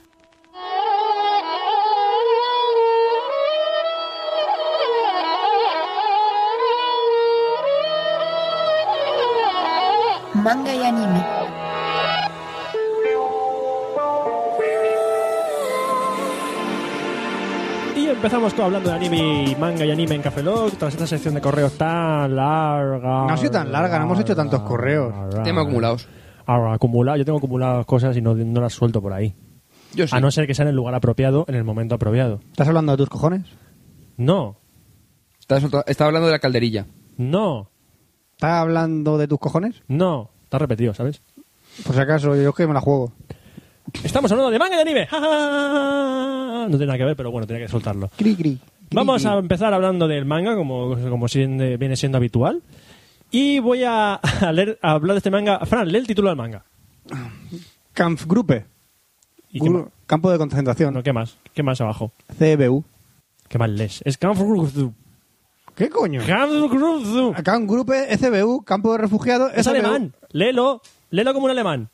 Manga y anime. Y empezamos hablando de anime y manga y anime en Café Lock, tras esta sección de correos tan larga. No ha sido tan larga, no hemos hecho tantos correos. Tema acumulados. Acumulado, yo tengo acumuladas cosas y no las suelto por ahí. Yo sí. A no ser que sea en el lugar apropiado, en el momento apropiado. ¿Estás hablando de tus cojones? No, Estaba hablando de la calderilla. no, ¿Estás hablando de tus cojones? no. Está repetido, ¿sabes? Por si acaso, yo es que me la juego. Estamos hablando de manga y de anime. ¡Ja, ja! No tiene nada que ver, pero bueno, tenía que soltarlo. Cri, cri. Vamos a empezar hablando del manga, como viene siendo habitual. Y voy a hablar de este manga. Fran, lee el título del manga. Kampfgruppe. ¿Y qué más? Campo de concentración. No, ¿qué más? ¿Qué más abajo? CBU. ¿Qué más lees? Es Kampfgruppe. ¿Qué coño? Kampfgruppe. Kampfgruppe, SBU, Campo de Refugiados, Es SBU. alemán. Léelo como un alemán.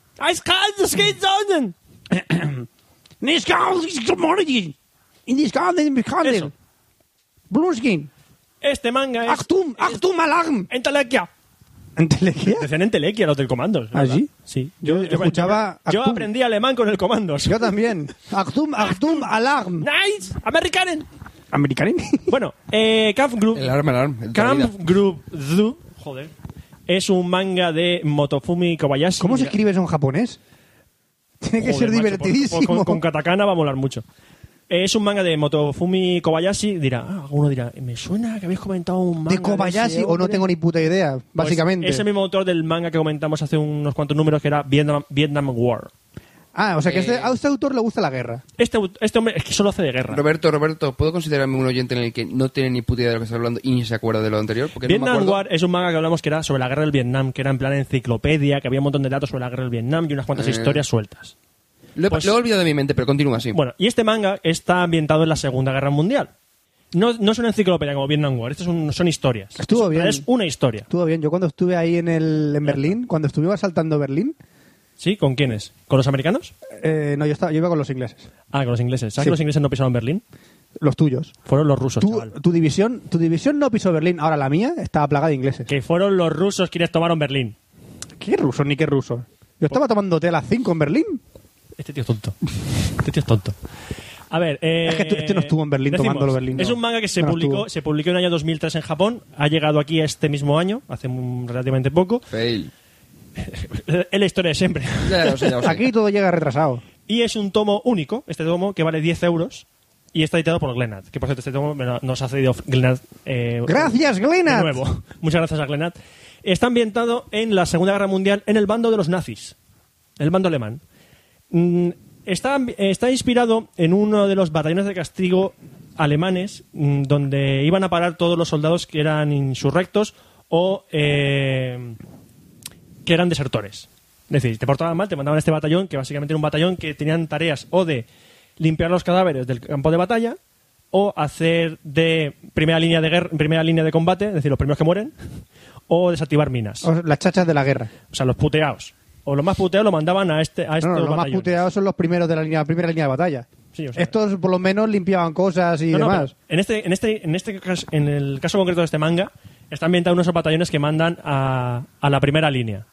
Nicht ganz commodity. In this garden Eso. Blueskin. Este manga es... Achtung, Achtung, Alarm. Entelequia. ¿Entelequia? Decían entelequia los del Comandos. ¿Ah, ¿verdad? sí? Sí. Yo escuchaba Yo Achtung. aprendí alemán con el Comandos. Yo también. Achtung, Achtung, Alarm. Nice. Americanen. ¿Americaní? Bueno, Kampfgruppe. El alarm. El de la vida. Kampfgruppe Zu. Joder. Es un manga de Motofumi Kobayashi. ¿Cómo se Mira, escribe eso en japonés? Tiene que joder, ser macho, divertidísimo. con katakana va a molar mucho. Es un manga de Motofumi Kobayashi. Alguno dirá, me suena que habéis comentado un manga ¿De Kobayashi ese o no hombre". tengo ni puta idea? Pues Básicamente. es el mismo autor del manga que comentamos hace unos cuantos números, que era Vietnam War. Ah, o sea que a este autor le gusta la guerra. Este hombre es que solo hace de guerra. Roberto, ¿puedo considerarme un oyente en el que no tiene ni puta idea de lo que está hablando y ni se acuerda de lo anterior? Porque no me Vietnam acuerdo. War es un manga que hablamos que era sobre la guerra del Vietnam, que era en plan enciclopedia, que había un montón de datos sobre la guerra del Vietnam y unas cuantas historias sueltas. Lo Pues- he olvidado de mi mente, pero continúa así. Bueno, y este manga está ambientado en la Segunda Guerra Mundial. No es una enciclopedia como Vietnam War, son historias. Estuvo bien. Es una historia. Estuvo bien. Yo cuando estuve ahí en Berlín, cuando estuve asaltando Berlín, ¿Sí? ¿Con quiénes? ¿Con los americanos? no, yo iba con los ingleses. Ah, con los ingleses. ¿Sabes Sí. que los ingleses no pisaron Berlín? Los tuyos. Fueron los rusos, chaval. Tu división no pisó Berlín. Ahora la mía estaba plagada de ingleses. Que fueron los rusos quienes tomaron Berlín. ¿Qué rusos ni qué rusos? Yo estaba tomando té a las 5 en Berlín. Este tío es tonto. Este tío es tonto. A ver, Es que este no estuvo en Berlín tomándolo Berlín, Es no. un manga que se No publicó en el año 2003 en Japón. Ha llegado aquí este mismo año, hace relativamente poco. Fail. Es la historia de siempre. Ya lo sé. Aquí todo llega retrasado. Y es un tomo único, este tomo, que vale 10 euros. Y está editado por Glenat. Que por cierto, este tomo nos ha cedido Glenat. ¡Gracias, Glenat! De nuevo. Muchas gracias a Glenat. Está ambientado en la Segunda Guerra Mundial, en el bando de los nazis. El bando alemán. Está inspirado en uno de los batallones de castigo alemanes, donde iban a parar todos los soldados que eran insurrectos o que eran desertores. Es decir, te portaban mal, te mandaban a este batallón, que básicamente era un batallón que tenían tareas o de limpiar los cadáveres del campo de batalla o hacer de primera línea de guerra, primera línea de combate, es decir, los primeros que mueren, o desactivar minas. Las chachas de la guerra. O sea, los puteados. O los más puteados lo mandaban a este No, los más batallón. puteados son los primeros de la primera línea de batalla. Sí, o sea, Estos por lo menos limpiaban cosas y no, demás. pero en el caso concreto de este manga, está ambientado en unos batallones que mandan a la primera línea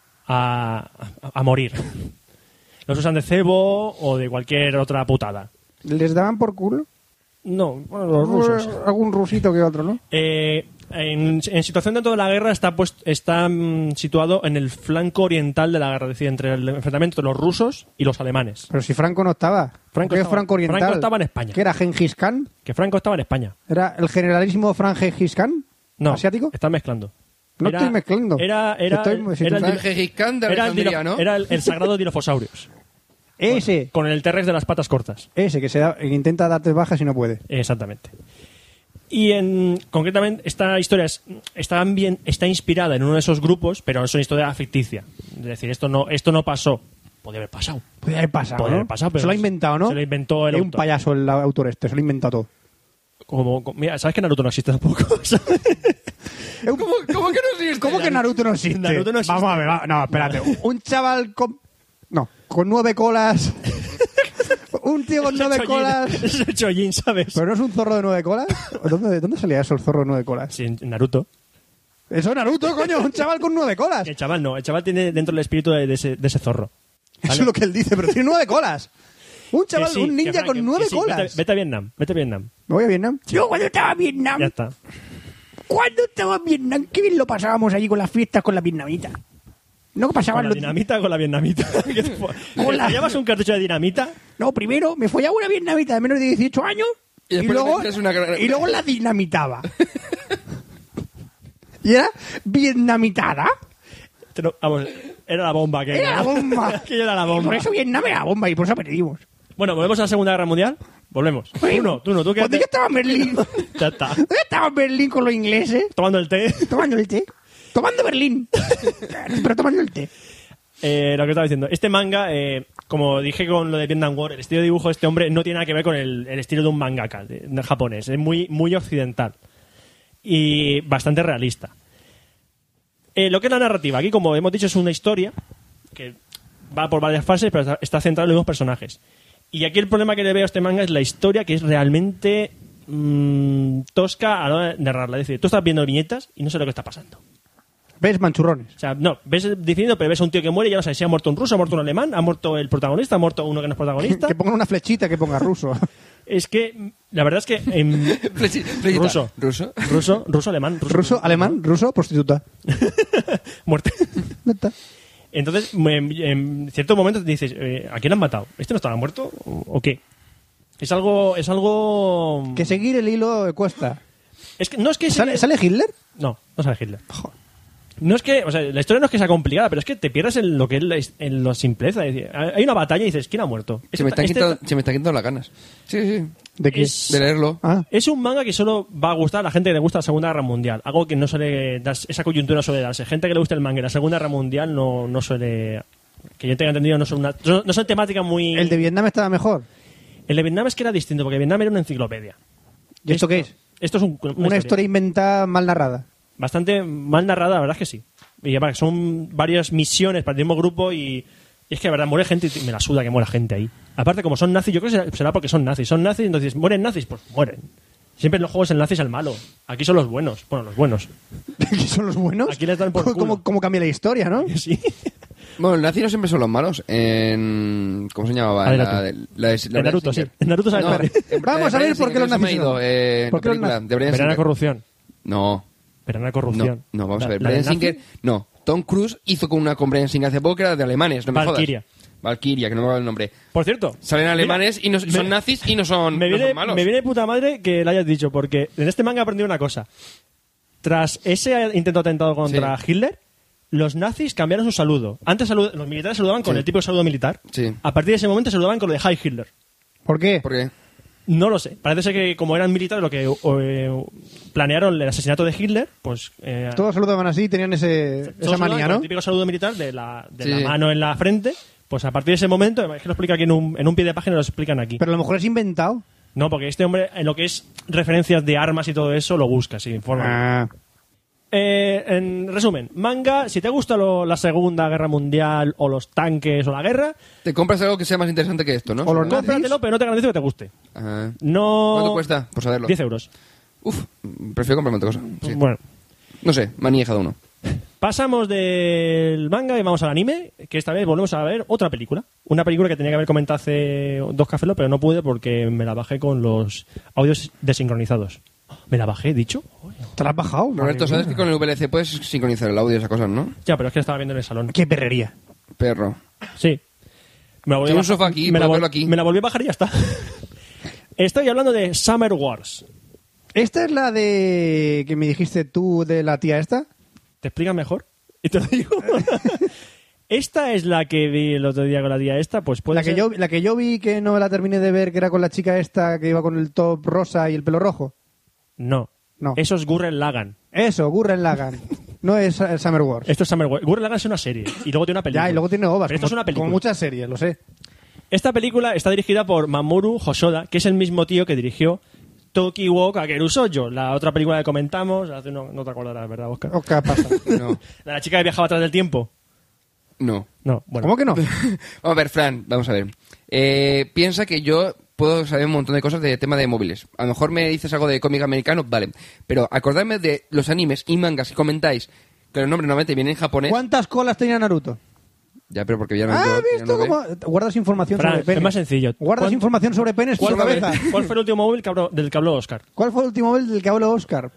a morir. Los usan de cebo o de cualquier otra putada. ¿Les daban por culo? No, bueno, los rusos. Algún rusito que otro, ¿no? En situación dentro de la guerra está situado en el flanco oriental de la guerra, es decir, entre el enfrentamiento de los rusos y los alemanes. Pero si Franco no estaba. Franco ¿Qué estaba- Franco oriental? Franco estaba en España. ¿Qué era Gengis Khan? Que Franco estaba en España. ¿Era el generalísimo Gengis Khan? No, ¿Asiático? están mezclando. No estoy mezclando. Era Estoy- si tú el sabes- Gengis Khan de era el Alejandría, ¿no? Era el sagrado Dilophosaurus. Ese, Con el T-Rex de las patas cortas. ese que que intenta darte bajas y no puede. Exactamente. Y concretamente esta historia está inspirada en uno de esos grupos, pero es una historia ficticia. Es decir, esto no pasó. Podría haber pasado. Podría haber pasado, Podría ¿no? haber pasado, pero se lo ha inventado, ¿no? se lo inventó el Es un autor. payaso el autor este, se lo ha inventado todo. Mira, ¿sabes que Naruto no existe tampoco? ¿Cómo que no existe? ¿Cómo que Naruto no existe? Naruto no existe. Vamos a ver, no, espérate. Un chaval con 9 colas. Un tío con 9 colas. Es el Chojin, ¿sabes? ¿Pero no es un zorro de 9 colas? ¿Dónde salía eso, el zorro de 9 colas? Sí, en Naruto. Eso es Naruto, coño, un chaval con 9 colas. El chaval no, el chaval tiene dentro el espíritu de ese zorro. Eso es lo que él dice, pero tiene 9 colas. Un chaval, Que sí, un ninja que Frank, con 9 que sí, colas. Vete a Vietnam, vete a Vietnam. ¿Me voy a Vietnam? Yo cuando estaba en Vietnam, Ya está. cuando estaba en Vietnam, qué bien lo pasábamos allí con las fiestas con la vietnamita. No pasaban ¿Con la los... dinamita o con la vietnamita? ¿Qué te fue? Con la- ¿Te llevas un cartucho de dinamita? No, primero me follaba una vietnamita de menos de 18 años Y y, después le luego, metías una- y luego la dinamitaba. Y era vietnamitada. Vamos, era la bomba. Que Era la bomba. que era la Y bomba. por eso Vietnam era la bomba y por eso perdimos. Bueno, ¿volvemos a la Segunda Guerra Mundial? Volvemos. Tú no, Cuando quédate. yo estaba en Berlín, Ya está. yo estaba en Berlín con los ingleses, Tomando el té. tomando el té. Tomando Berlín. Pero tomando el té. Lo que estaba diciendo. Este manga, como dije con lo de Vietnam War, el estilo de dibujo de este hombre no tiene nada que ver con el estilo de un mangaka de japonés. Es muy, muy occidental. y bastante realista. Lo que es la narrativa, aquí como hemos dicho es una historia que va por varias fases, pero está centrada en los mismos personajes. Y aquí el problema que le veo a este manga es la historia, que es realmente tosca a la hora de narrarla. Es decir, tú estás viendo viñetas y no sé lo que está pasando. ¿Ves manchurrones? O sea, no, ves definiendo, pero ves a un tío que muere y ya no sabes si ha muerto un ruso, ha muerto un alemán, ha muerto el protagonista, ha muerto uno que no es protagonista. Que pongan una flechita que ponga ruso. Es que, la verdad es que... Flechita. Ruso, alemán. Ruso, alemán, ruso, prostituta. Muerte. Ya está. Entonces, en ciertos momentos te dices, ¿a quién han matado? ¿Este no estaba muerto o qué? Es algo... Que seguir el hilo cuesta. Es que, no es que... ¿Sale Hitler? No sale Hitler. No es que... O sea, la historia no es que sea complicada, pero es que te pierdes en lo que es en la simpleza. Es decir, hay una batalla y dices, ¿quién ha muerto? Se me están quitando las ganas. Sí. ¿De qué? De leerlo. Ah. Es un manga que solo va a gustar a la gente que le gusta la Segunda Guerra Mundial. Algo que no suele dar, esa coyuntura suele darse. Gente que le gusta el manga y la Segunda Guerra Mundial no suele... Que yo tenga entendido, no son temáticas muy... ¿El de Vietnam estaba mejor? El de Vietnam es que era distinto, porque Vietnam era una enciclopedia. ¿Y esto qué es? Esto es Una historia inventada, mal narrada. Bastante mal narrada, la verdad es que sí. Y además, son varias misiones para el mismo grupo y es que, la verdad, muere gente y me la suda que muera gente ahí. Aparte, como son nazis, yo creo que será porque son nazis. Son nazis, entonces, ¿mueren nazis? Pues mueren. Siempre en los juegos el nazi es el malo. Aquí son los buenos. Bueno, los buenos. ¿Aquí son los buenos? Aquí les dan por culo. ¿Cómo cambia la historia, no? Sí. Bueno, los nazis no siempre son los malos. ¿Cómo se llamaba? En Naruto, sí. En Naruto sabes No, Vamos a ver por qué los nazis son. ¿Por qué Verán la corrupción. No. Verán la corrupción. No, vamos a ver. ¿La Bryan del Singer... nazi? No. Tom Cruise hizo con una con Bryan Singer hace poco que era de alemanes. No me Valkyria. jodas. Valkyria, que no me acuerdo el nombre. Por cierto. Salen alemanes mira, y no, son nazis y no son, me no viene, son malos. Me viene de puta madre que lo hayas dicho, porque en este manga he aprendido una cosa. Tras ese intento atentado contra Hitler, los nazis cambiaron su saludo. Antes los militares saludaban con el tipo de saludo militar. Sí. A partir de ese momento saludaban con lo de Heil Hitler. ¿Por qué? ¿Por qué? No lo sé. Parece ser que como eran militares lo que planearon el asesinato de Hitler, pues... Todos saludaban así y tenían esa manía, con ¿no? el típico saludo militar de la Sí. mano en la frente. Pues a partir de ese momento, es que lo explica aquí en un pie de página, lo explican aquí. Pero a lo mejor es inventado. No, porque este hombre, en lo que es referencias de armas y todo eso, lo busca, se informa. Ah. En resumen, manga, si te gusta la Segunda Guerra Mundial o los tanques o la guerra, Te compras algo que sea más interesante que esto, ¿no? O los nazis. cómpratelo, pero no te garantizo que te guste. Ah. No... ¿Cuánto cuesta? Por saberlo. 10 euros. Uf, prefiero comprarme otra cosa. Sí. Bueno, No sé, manía cada uno. pasamos del manga y vamos al anime, que esta vez volvemos a ver otra película. Una película que tenía que haber comentado hace 2 Café Lock, pero no pude porque me la bajé con los audios desincronizados. ¿Me la bajé, dicho? ¿Te la has bajado? Roberto, Madre ¿sabes mía. que con el VLC puedes sincronizar el audio y esas cosas, no? Ya, pero es que la estaba viendo en el salón. Qué perrería. Perro. Sí. Me la volví Tiene a un sofá aquí, puedo verlo aquí. Me la volví a bajar y ya está. Estoy hablando de Summer Wars. ¿Esta es la de que me dijiste tú de la tía esta? ¿Te explica mejor? Y te lo digo. Esta es la que vi el otro día con la tía esta, pues puede ser... La que yo vi que no la terminé de ver, que era con la chica esta que iba con el top rosa y el pelo rojo. No. No. Eso es Gurren Lagann. Eso, Gurren Lagann. No es Summer Wars. Esto es Summer Wars. Gurren Lagann es una serie y luego tiene una película. Ya, y luego tiene ovas. Pero esto es una película. Como muchas series, lo sé. Esta película está dirigida por Mamoru Hosoda, que es el mismo tío que dirigió Tokiwo Kakeru Shoujo, la otra película que comentamos. No te acordarás, ¿verdad, Oscar? ¿O qué pasa? No. La chica que viajaba atrás del tiempo. No. No, bueno. ¿Cómo que no? Vamos a ver, Fran, vamos a ver. Piensa que yo puedo saber un montón de cosas de tema de móviles. A lo mejor me dices algo de cómic americano, vale. Pero acordarme de los animes y mangas que comentáis, que los nombres normalmente vienen en japonés. ¿Cuántas colas tenía Naruto? Ya, pero porque ya no... Ah, yo- ¿has ya visto no ve. cómo...? Guardas información Fran, sobre penes. es más sencillo. Guardas ¿Cuánto- información sobre penes por ¿Cuál la fue, cabeza. ¿Cuál fue el último móvil del que habló Oscar? ¿Cuál fue el último móvil del que habló Oscar?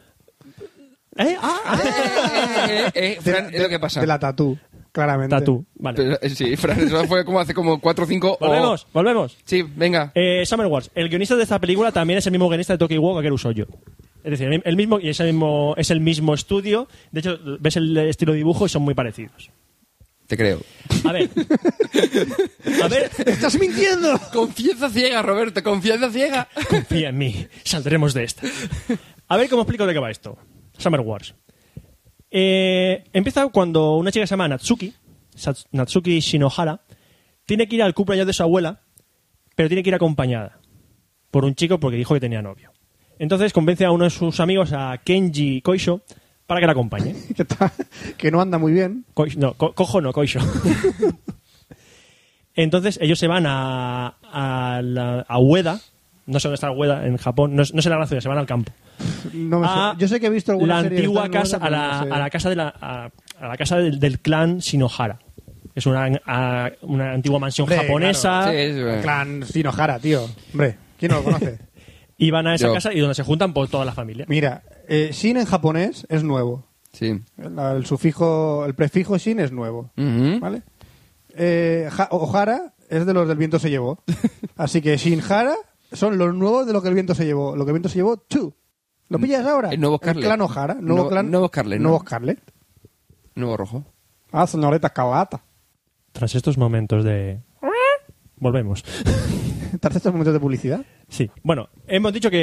Fran, es lo que pasa. De la tatú, claramente. Tatú. Vale. Pero, sí, Fran, eso fue como hace como 4 o 5... Volvemos. Sí, venga. Summer Wars. El guionista de esta película también es el mismo guionista de Tokiwo Kakeru Shoujo. Es decir, el mismo, y es el mismo estudio. De hecho, ves el estilo de dibujo y son muy parecidos. Te creo. A ver. ¡Estás mintiendo! Confianza ciega, Roberto, confianza ciega. Confía en mí. Saldremos de esta. A ver cómo explico de qué va esto. Summer Wars. Empieza cuando una chica se llama Natsuki Shinohara, tiene que ir al cumpleaños de su abuela, pero tiene que ir acompañada por un chico porque dijo que tenía novio. Entonces convence a uno de sus amigos, a Kenji Koisho, para que la acompañe. Que no anda muy bien. Cojo no, Koisho. Entonces ellos se van a Ueda. No sé dónde está Ueda en Japón. No sé la gran ciudad, se van al campo. No me sé. Yo sé que he visto alguna la serie antigua de Star casa, Wars, pero no sé. a la casa del clan Shinohara. Es una antigua mansión Hombre, japonesa. Sí, es, El clan Shinohara, tío. Hombre, ¿quién no lo conoce? Y van a esa Yo. casa y donde se juntan por toda la familia. Mira, Shin en japonés es nuevo. Sí. El sufijo, el prefijo Shin es nuevo. Ujú. ¿Vale? Ohara es de los del viento se llevó. Así que Shinhara son los nuevos de lo que el viento se llevó. Lo que el viento se llevó, tú. ¿Lo pillas ahora? El nuevo Scarlet. clan Ohara. Nuevo clan. Nuevo Scarlet, ¿no? Nuevo Scarlet. Nuevo rojo. Ah, señorita Escarlata. Tras estos momentos de... Volvemos. ¿Tras estos momentos de publicidad? Sí. Bueno, hemos dicho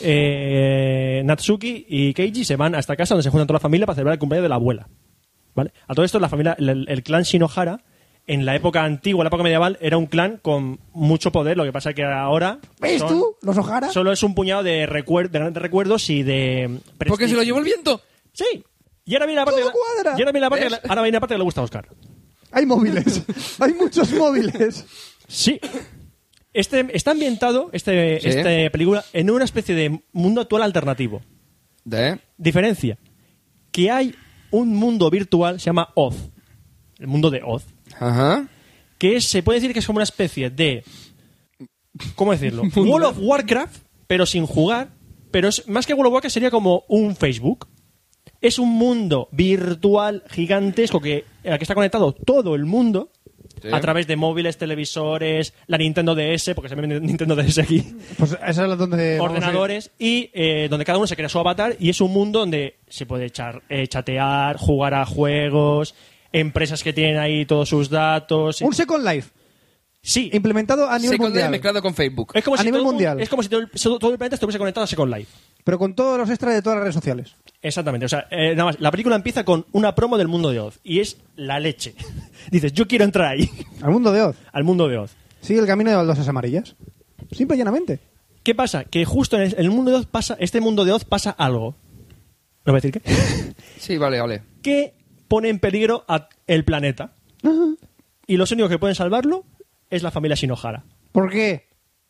que Natsuki y Keiji se van a esta casa donde se juntan toda la familia para celebrar el cumpleaños de la abuela. ¿Vale? A todo esto, la familia, el clan Shinohara, en la época antigua, en la época medieval, era un clan con mucho poder. Lo que pasa es que ahora... ¿Ves tú? Los Ohara. Solo es un puñado de grandes recuerdos y de... ¿Por qué se lo llevó el viento? Sí. Y ahora viene la parte, Todo cuadra. y ahora viene la parte, ahora viene la parte que le gusta a Oscar. Hay móviles. Hay muchos móviles. Sí. Está ambientado, esta película, en una especie de mundo actual alternativo. ¿De? Diferencia. Que hay un mundo virtual, se llama Oz. El mundo de Oz. Ajá. Que se puede decir que es como una especie de... ¿Cómo decirlo? World of Warcraft, pero sin jugar. Pero es, más que World of Warcraft sería como un Facebook. Es un mundo virtual gigantesco al que está conectado todo el mundo. Sí. A través de móviles, televisores, la Nintendo DS, porque se me viene Nintendo DS aquí, Pues esa es donde... ordenadores, y donde cada uno se crea su avatar, y es un mundo donde se puede chatear, jugar a juegos, empresas que tienen ahí todos sus datos. Un Second Life. Sí, Implementado a nivel Second Life mundial. mezclado con Facebook. es como a si nivel todo el mundo- mundial. es como si todo el planeta estuviese conectado a Second Life. Pero con todos los extras de todas las redes sociales. Exactamente, o sea, nada más, la película empieza con una promo del mundo de Oz, y es la leche. Dices, yo quiero entrar ahí, Al mundo de Oz. al mundo de Oz. Sigue el camino de las baldosas amarillas. Simple y llanamente. ¿Qué pasa? Que justo en el mundo de Oz este mundo de Oz pasa algo. ¿No voy a decir qué? Sí, vale. Que pone en peligro el planeta. Y los únicos que pueden salvarlo es la familia Shinohara. ¿Por qué?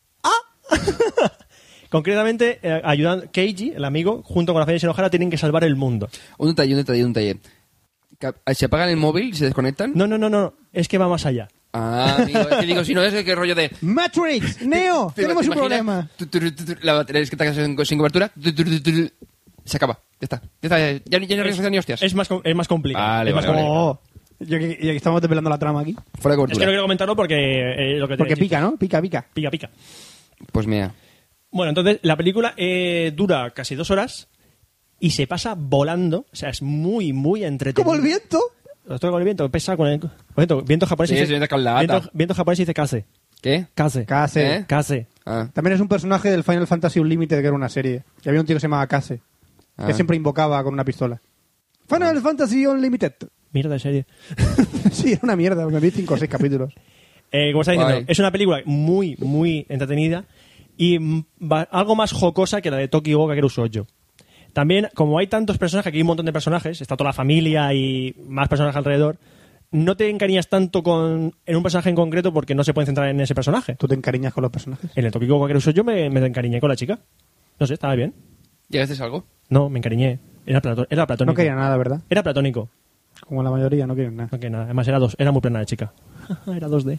Concretamente, ayudan Keiji, el amigo, junto con la familia Shinohara, tienen que salvar el mundo. Un detalle. ¿Se apagan el móvil y se desconectan? No. Es que va más allá. Ah, amigo, es que digo, si no es que rollo de... Matrix, Neo, ¿Te tenemos un imaginas? problema. La batería es que te quedas sin cobertura. Se acaba. Ya está. Ya no hay redes sociales ni hostias. Es más complicado. Vale, Es más vale, complicado. Oh, y aquí estamos desvelando la trama aquí. Fuera de Es que no cobertura. quiero comentarlo porque lo que Porque tiene- pica, ¿no? Pica. Pica. Pues mira. Bueno, entonces la película dura casi 2 horas y se pasa volando. O sea, es muy, muy entretenido. Como el viento. Lo estoy con el viento, pesa con el... Viento japonés Sí, dice... sí, con la lata. viento japonés dice kase. ¿Qué? Kase. Kase. ¿Eh? Kase. Ah. También es un personaje del Final Fantasy Unlimited, que era una serie. Y había un tío que se llamaba Kase, que Ah. siempre invocaba con una pistola. Final Fantasy Unlimited. Mierda de serie. Sí, era una mierda, me vi 5 o 6 capítulos. Como está diciendo, Guay. es una película muy, muy entretenida y algo más jocosa que la de Tokyo Ghoul Kakeru Shoujo. También, como hay tantos personajes, aquí hay un montón de personajes, está toda la familia y más personajes alrededor, no te encariñas tanto en un personaje en concreto porque no se pueden centrar en ese personaje. ¿Tú te encariñas con los personajes? En el Tokyo Ghoul Kakeru Shoujo me encariñé con la chica. No sé, estaba bien. ¿Llegaste algo? No, me encariñé. Era platónico. No quería nada, ¿verdad? Era platónico. Como la mayoría, no quieren nada. No quería nada. Además, era muy plena de chica. Era 2D.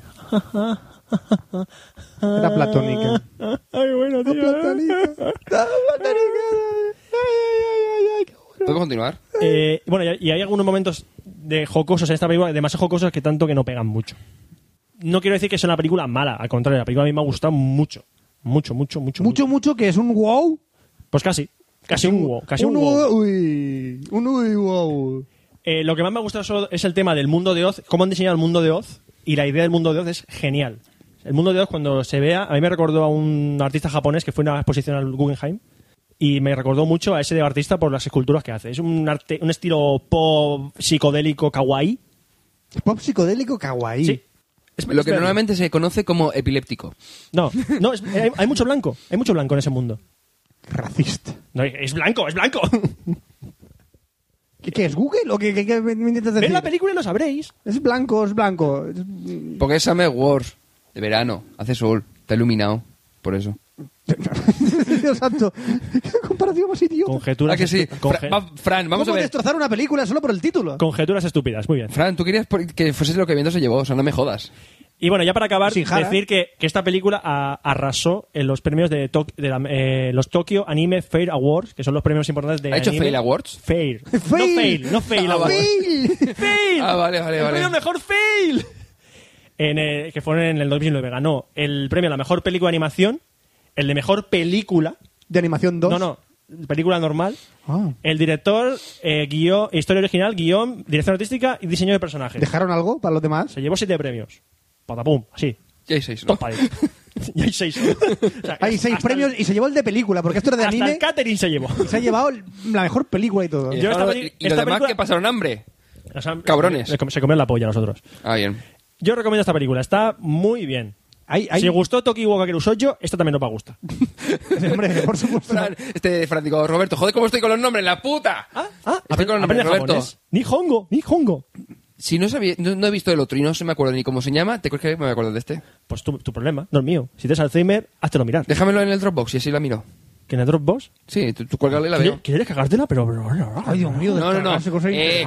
Era platónica. Ay, bueno, tío. ¿Puedo continuar? Bueno, y hay algunos momentos de jocosos en esta película, demasiado jocosos que tanto que no pegan mucho. No quiero decir que sea una película mala, al contrario, la película a mí me ha gustado mucho. Mucho. Mucho, que es un wow. Pues casi un wow. Casi un wow. Uy, wow. Lo que más me ha gustado es el tema del mundo de Oz, cómo han diseñado el mundo de Oz, y la idea del mundo de Oz es genial. El mundo de Oz, cuando se vea, a mí me recordó a un artista japonés que fue a una exposición al Guggenheim, y me recordó mucho a ese artista por las esculturas que hace. Es un estilo pop psicodélico kawaii. Pop psicodélico kawaii. Sí. Lo que normalmente se conoce como epiléptico. No, hay mucho blanco en ese mundo. Racista. No, es blanco, es blanco. ¿Qué es Google o qué me intentas decir? Ven la película y lo sabréis. Es blanco, es blanco. Porque es Summer Wars. De verano. Hace sol. Está iluminado. Por eso. Dios santo. ¿Qué comparación más idiota? Conjeturas, ¿Ah, que sí? Fran, vamos a ¿Cómo ver. destrozar una película solo por el título? Conjeturas estúpidas, muy bien. Fran, tú querías que fuese lo que viento se llevó. O sea, no me jodas. Y bueno, ya para acabar, Sin jara. decir que esta película arrasó en los premios de los Tokyo Anime Fair Awards, que son los premios importantes de ¿Ha hecho anime. Fail Awards? Fair. Fail. No fail Ah, Awards. ¡Fail! Fail. Ah, vale. El premio mejor fail. Que fue en el 2009. Ganó el premio a la mejor película de animación, el de mejor película. De animación 2. No, película normal. Ah. El director, guión, historia original, guión, dirección artística y diseño de personajes. ¿Dejaron algo para los demás? Se llevó 7 premios. Patapum, así. Ya hay 6, ¿no? Top ahí. Y hay 6. O sea, Hay 6 hasta premios y se llevó el de película, porque esto era de hasta anime el catering se llevó. y se ha llevado la mejor película y todo. Y Yo esta los peli- demás esta película- que pasaron hambre. O sea, Cabrones. Se comieron la polla a nosotros. Ah, bien. Yo recomiendo esta película. Está muy bien. Hay... Si gustó Toki wa Kakeru Shoujo, esta también nos va a gustar. Hombre, por supuesto. Fran, digo, Roberto, joder, ¿cómo estoy con los nombres? ¡La puta! Estoy con los nombres, aprende Roberto. japonés. Nihongo. Si no sabía, no he visto el otro y no se me acuerdo ni cómo se llama, ¿te crees que me voy a acordar de este? Pues tu problema, no el mío. Si tienes Alzheimer, háztelo mirar. Déjamelo en el Dropbox y así la miro. ¿Que en el Dropbox? Sí, tú cuélgala y la veo. ¿Quieres cagártela? Pero... Ay, Dios mío, No. descargarse cosas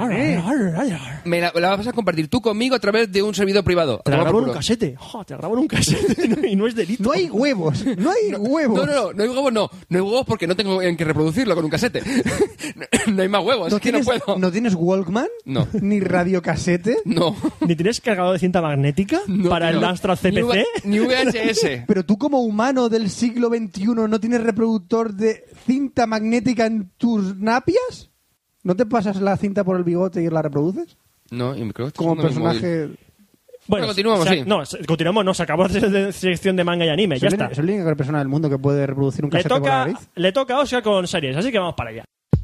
Me la vas a compartir tú conmigo a través de un servidor privado. Te la A tomar grabo por en un culo. casete. Te la grabo en un casete y no es delito. No hay huevos, no hay huevos. No hay huevos, no. No hay huevos porque no tengo en que reproducirlo con un casete. No hay más huevos, es que no puedo. ¿No tienes Walkman? No. ¿Ni radiocasete? No. ¿Ni tienes cargador de cinta magnética para el No. Amstrad CPC? Ni VHS. Pero tú como humano del siglo XXI no tienes reproductor de cinta magnética en tus napias. ¿No te pasas la cinta por el bigote y la reproduces? No, y creo que Como estoy usando mi móvil. personaje... Bueno, continuamos, sí. No, continuamos, no, se acabó la sección de manga y anime, ya está. Es la única persona del mundo que puede reproducir un casete por la nariz. Le toca a Oscar con series, así que vamos para allá.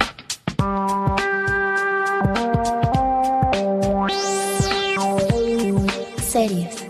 Series.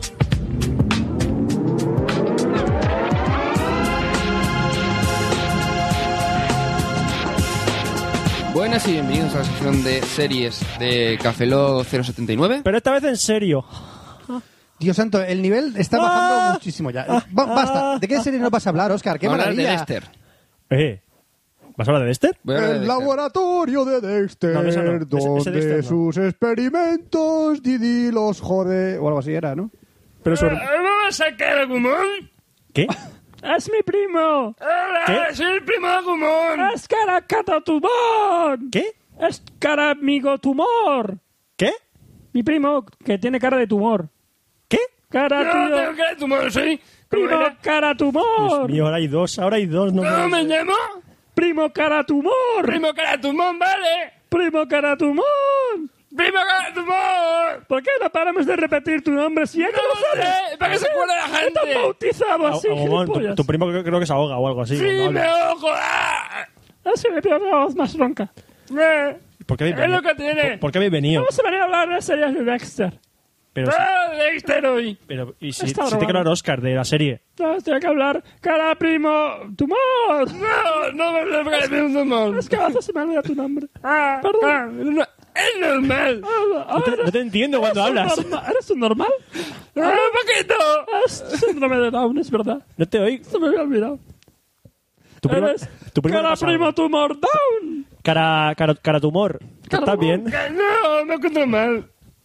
Buenas y bienvenidos a la sección de series de Café Lock 079. Pero esta vez en serio. Dios santo, el nivel está bajando muchísimo ya. Basta. ¿De qué serie nos vas a hablar, Oscar? ¡Qué Vamos a hablar maravilla! de Dexter. ¿Vas a hablar de Dexter? Voy a hablar de El Dexter. laboratorio de Dexter, No, esa no. Ese donde Dexter no. sus experimentos Didi los jode... O algo así era, ¿no? Pero sobre... ¿Vamos a sacar Agumon? ¿Qué? ¡Es mi primo! ¡Hola! ¿Qué? ¡Es el primo Agumon! ¡Es cara tumor! ¿Qué? ¡Es cara amigo tumor! ¿Qué? Mi primo que tiene cara de tumor. ¿Qué? Cara No, tengo cara de tumor, soy... ¿Cómo Primo era? cara tumor. Dios mío, ahora hay dos. No ¿Cómo puede me ser. llamo? Primo cara tumor. Primo cara tumor, vale. Primo cara tumor. Primo cara tumor. ¿Por qué no paramos de repetir tu nombre si ya te lo No sabes? sé, para que se acuerde la ¿Qué te han gente. bautizado así, Agumon, gilipollas? tu primo creo que se ahoga o algo así. Sí, cuando me habla. ojo. ¡Ah! Así me pido una voz más ronca. ¿Por qué habéis Es lo venido? que tiene. ¿Por qué habéis venido? Vamos a venir a hablar de series de Dexter. Pero, ¡Ah, Dexter hoy! y si Está te quiero robando. hablar Oscar de la serie. No, tengo que hablar cara primo tumor. No me lo cara de tumor. Es que a veces se me olvida tu nombre. Ah, Perdón. es normal. No te entiendo cuando hablas. ¿Eres un normal? Un poquito. Es síndrome de Down, es verdad. No te oigo. Se me había olvidado. Tu primo, Eres tu primo cara pasa primo algo. tumor Down. Cara tumor. Cara ¿Estás tumor. bien? No, me encuentro mal.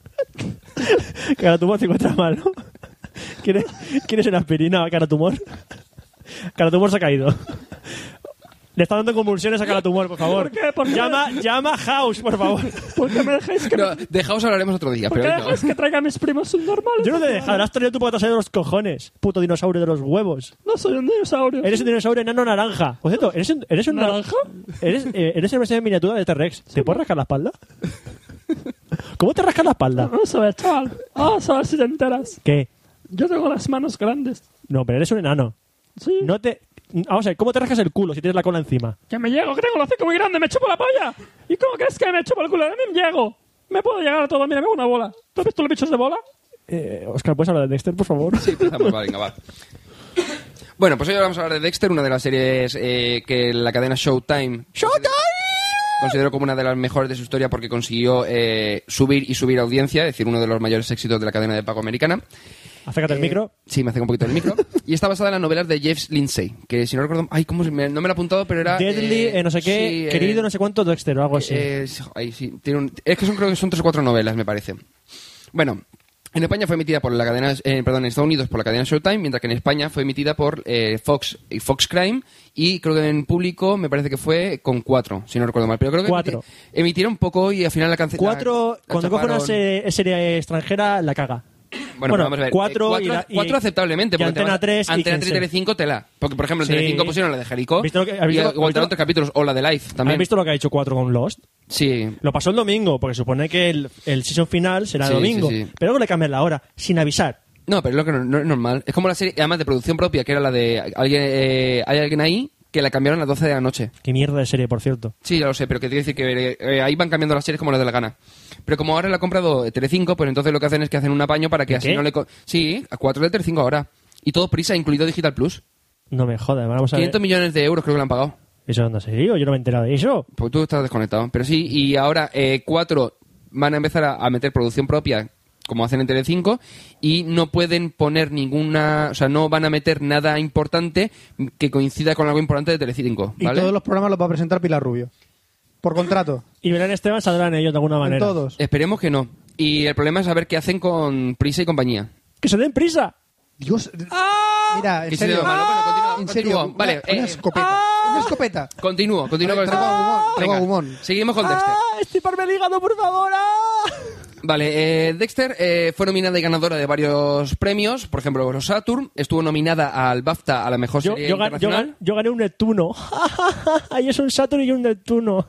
Cara tumor te encuentras mal, ¿no? ¿Quieres una aspirina, cara tumor? Cara tumor se ha caído. Le está dando convulsiones a cara tumor, por favor. ¿Por qué? ¿Por qué? Llama House, por favor. ¿Por qué me dejáis que, No, dejaos hablaremos otro día, ¿por pero qué hoy no. dejáis que traiga a mis primos subnormales? Yo no te dejaré, has traído tu puta de los cojones. Puto dinosaurio de los huevos. No soy un dinosaurio. Eres un dinosaurio enano naranja. Por cierto, ¿eres un ¿Naranja? Eres el versión en miniatura de T-Rex. ¿Te puedes rascar la espalda? ¿Cómo te rascas la espalda? Vamos a ver, chaval. Vamos a ver si te enteras. ¿Qué? Yo tengo las manos grandes. No, pero eres un enano. Sí. No te... Vamos a ver, ¿cómo te rascas el culo si tienes la cola encima? Que me llego, que tengo el hocico muy grande, me chupo la polla. ¿Y cómo crees que me chupo el culo? A mí me llego. Me puedo llegar a todo, mira, me hago una bola. ¿Tú has visto los bichos de bola? Oscar, ¿puedes hablar de Dexter, por favor? Sí, empezamos, vale, venga, va. Bueno, pues hoy vamos a hablar de Dexter, una de las series que la cadena Showtime considero como una de las mejores de su historia porque consiguió subir audiencia, es decir, uno de los mayores éxitos de la cadena de pago americana. Acércate el micro. Sí, me acerco un poquito del micro. Y está basada en las novelas de Jeff Lindsay, que si no recuerdo... Ay, no me lo he apuntado, pero era... Deadly, no sé qué, sí, querido, no sé cuánto, Dexter o algo así. Ahí sí. Es que creo que son 3 o 4 novelas, me parece. Bueno, en España fue emitida por la cadena... en Estados Unidos por la cadena Showtime, mientras que en España fue emitida por Fox y Fox Crime, y creo que en público me parece que fue con 4, si no recuerdo mal. Pero creo que 4. Emitieron poco y al final la cancelaron. 4, cuando coge una serie extranjera, la caga. Bueno, vamos a ver. 4 4 aceptablemente. y Antena 3 y Antena 3 y 15. Telecinco tela. Porque, por ejemplo, en Sí. Telecinco pusieron la de Jericó ¿Has visto y aguantaron 3 capítulos. O la de Life también. ¿Has visto lo que ha hecho 4 con Lost? Sí. Lo pasó el domingo, porque supone que el season final será el Sí, domingo. sí, sí. Pero luego le cambian la hora, sin avisar. No, pero es lo que no es normal. Es como la serie, además de producción propia, que era la de hay alguien ahí, que la cambiaron a las 12 de la noche. Qué mierda de serie, por cierto. Sí, ya lo sé, pero que te quiero decir que ahí van cambiando las series como les dé la gana. Pero como ahora la ha comprado Telecinco, pues entonces lo que hacen es que hacen un apaño para que ¿De así qué? no le... Sí, a 4 de Telecinco ahora. Y todo prisa, incluido Digital Plus. No me jodas, vamos a ver. 500 millones de euros creo que le han pagado. ¿Eso dónde se dio? Yo no me he enterado de eso. Pues tú estás desconectado. Pero sí, y ahora 4 van a empezar a meter producción propia, como hacen en Telecinco, y no pueden poner ninguna... O sea, no van a meter nada importante que coincida con algo importante de Telecinco, Y ¿vale? todos los programas los va a presentar Pilar Rubio. Por contrato. Y Belén Esteban saldrán ellos de alguna En manera. todos. Esperemos que no. Y el problema es saber qué hacen con Prisa y compañía. ¡Que se den prisa! Dios. Mira, en ¿Qué se serio. dio malo? Bueno, continúa, En serio. continúa. Vale, Una escopeta. Una escopeta. Continúo con Traigo el agumón, traigo Venga, agumón. seguimos con Dexter. ¡Ah! ¡Estiparme el hígado, por favor! ¡Ah! Vale, Dexter fue nominada y ganadora de varios premios, por ejemplo, los Saturn, estuvo nominada al BAFTA a la mejor serie internacional. Yo gané un Neptuno. Ahí es un Saturn y un Neptuno.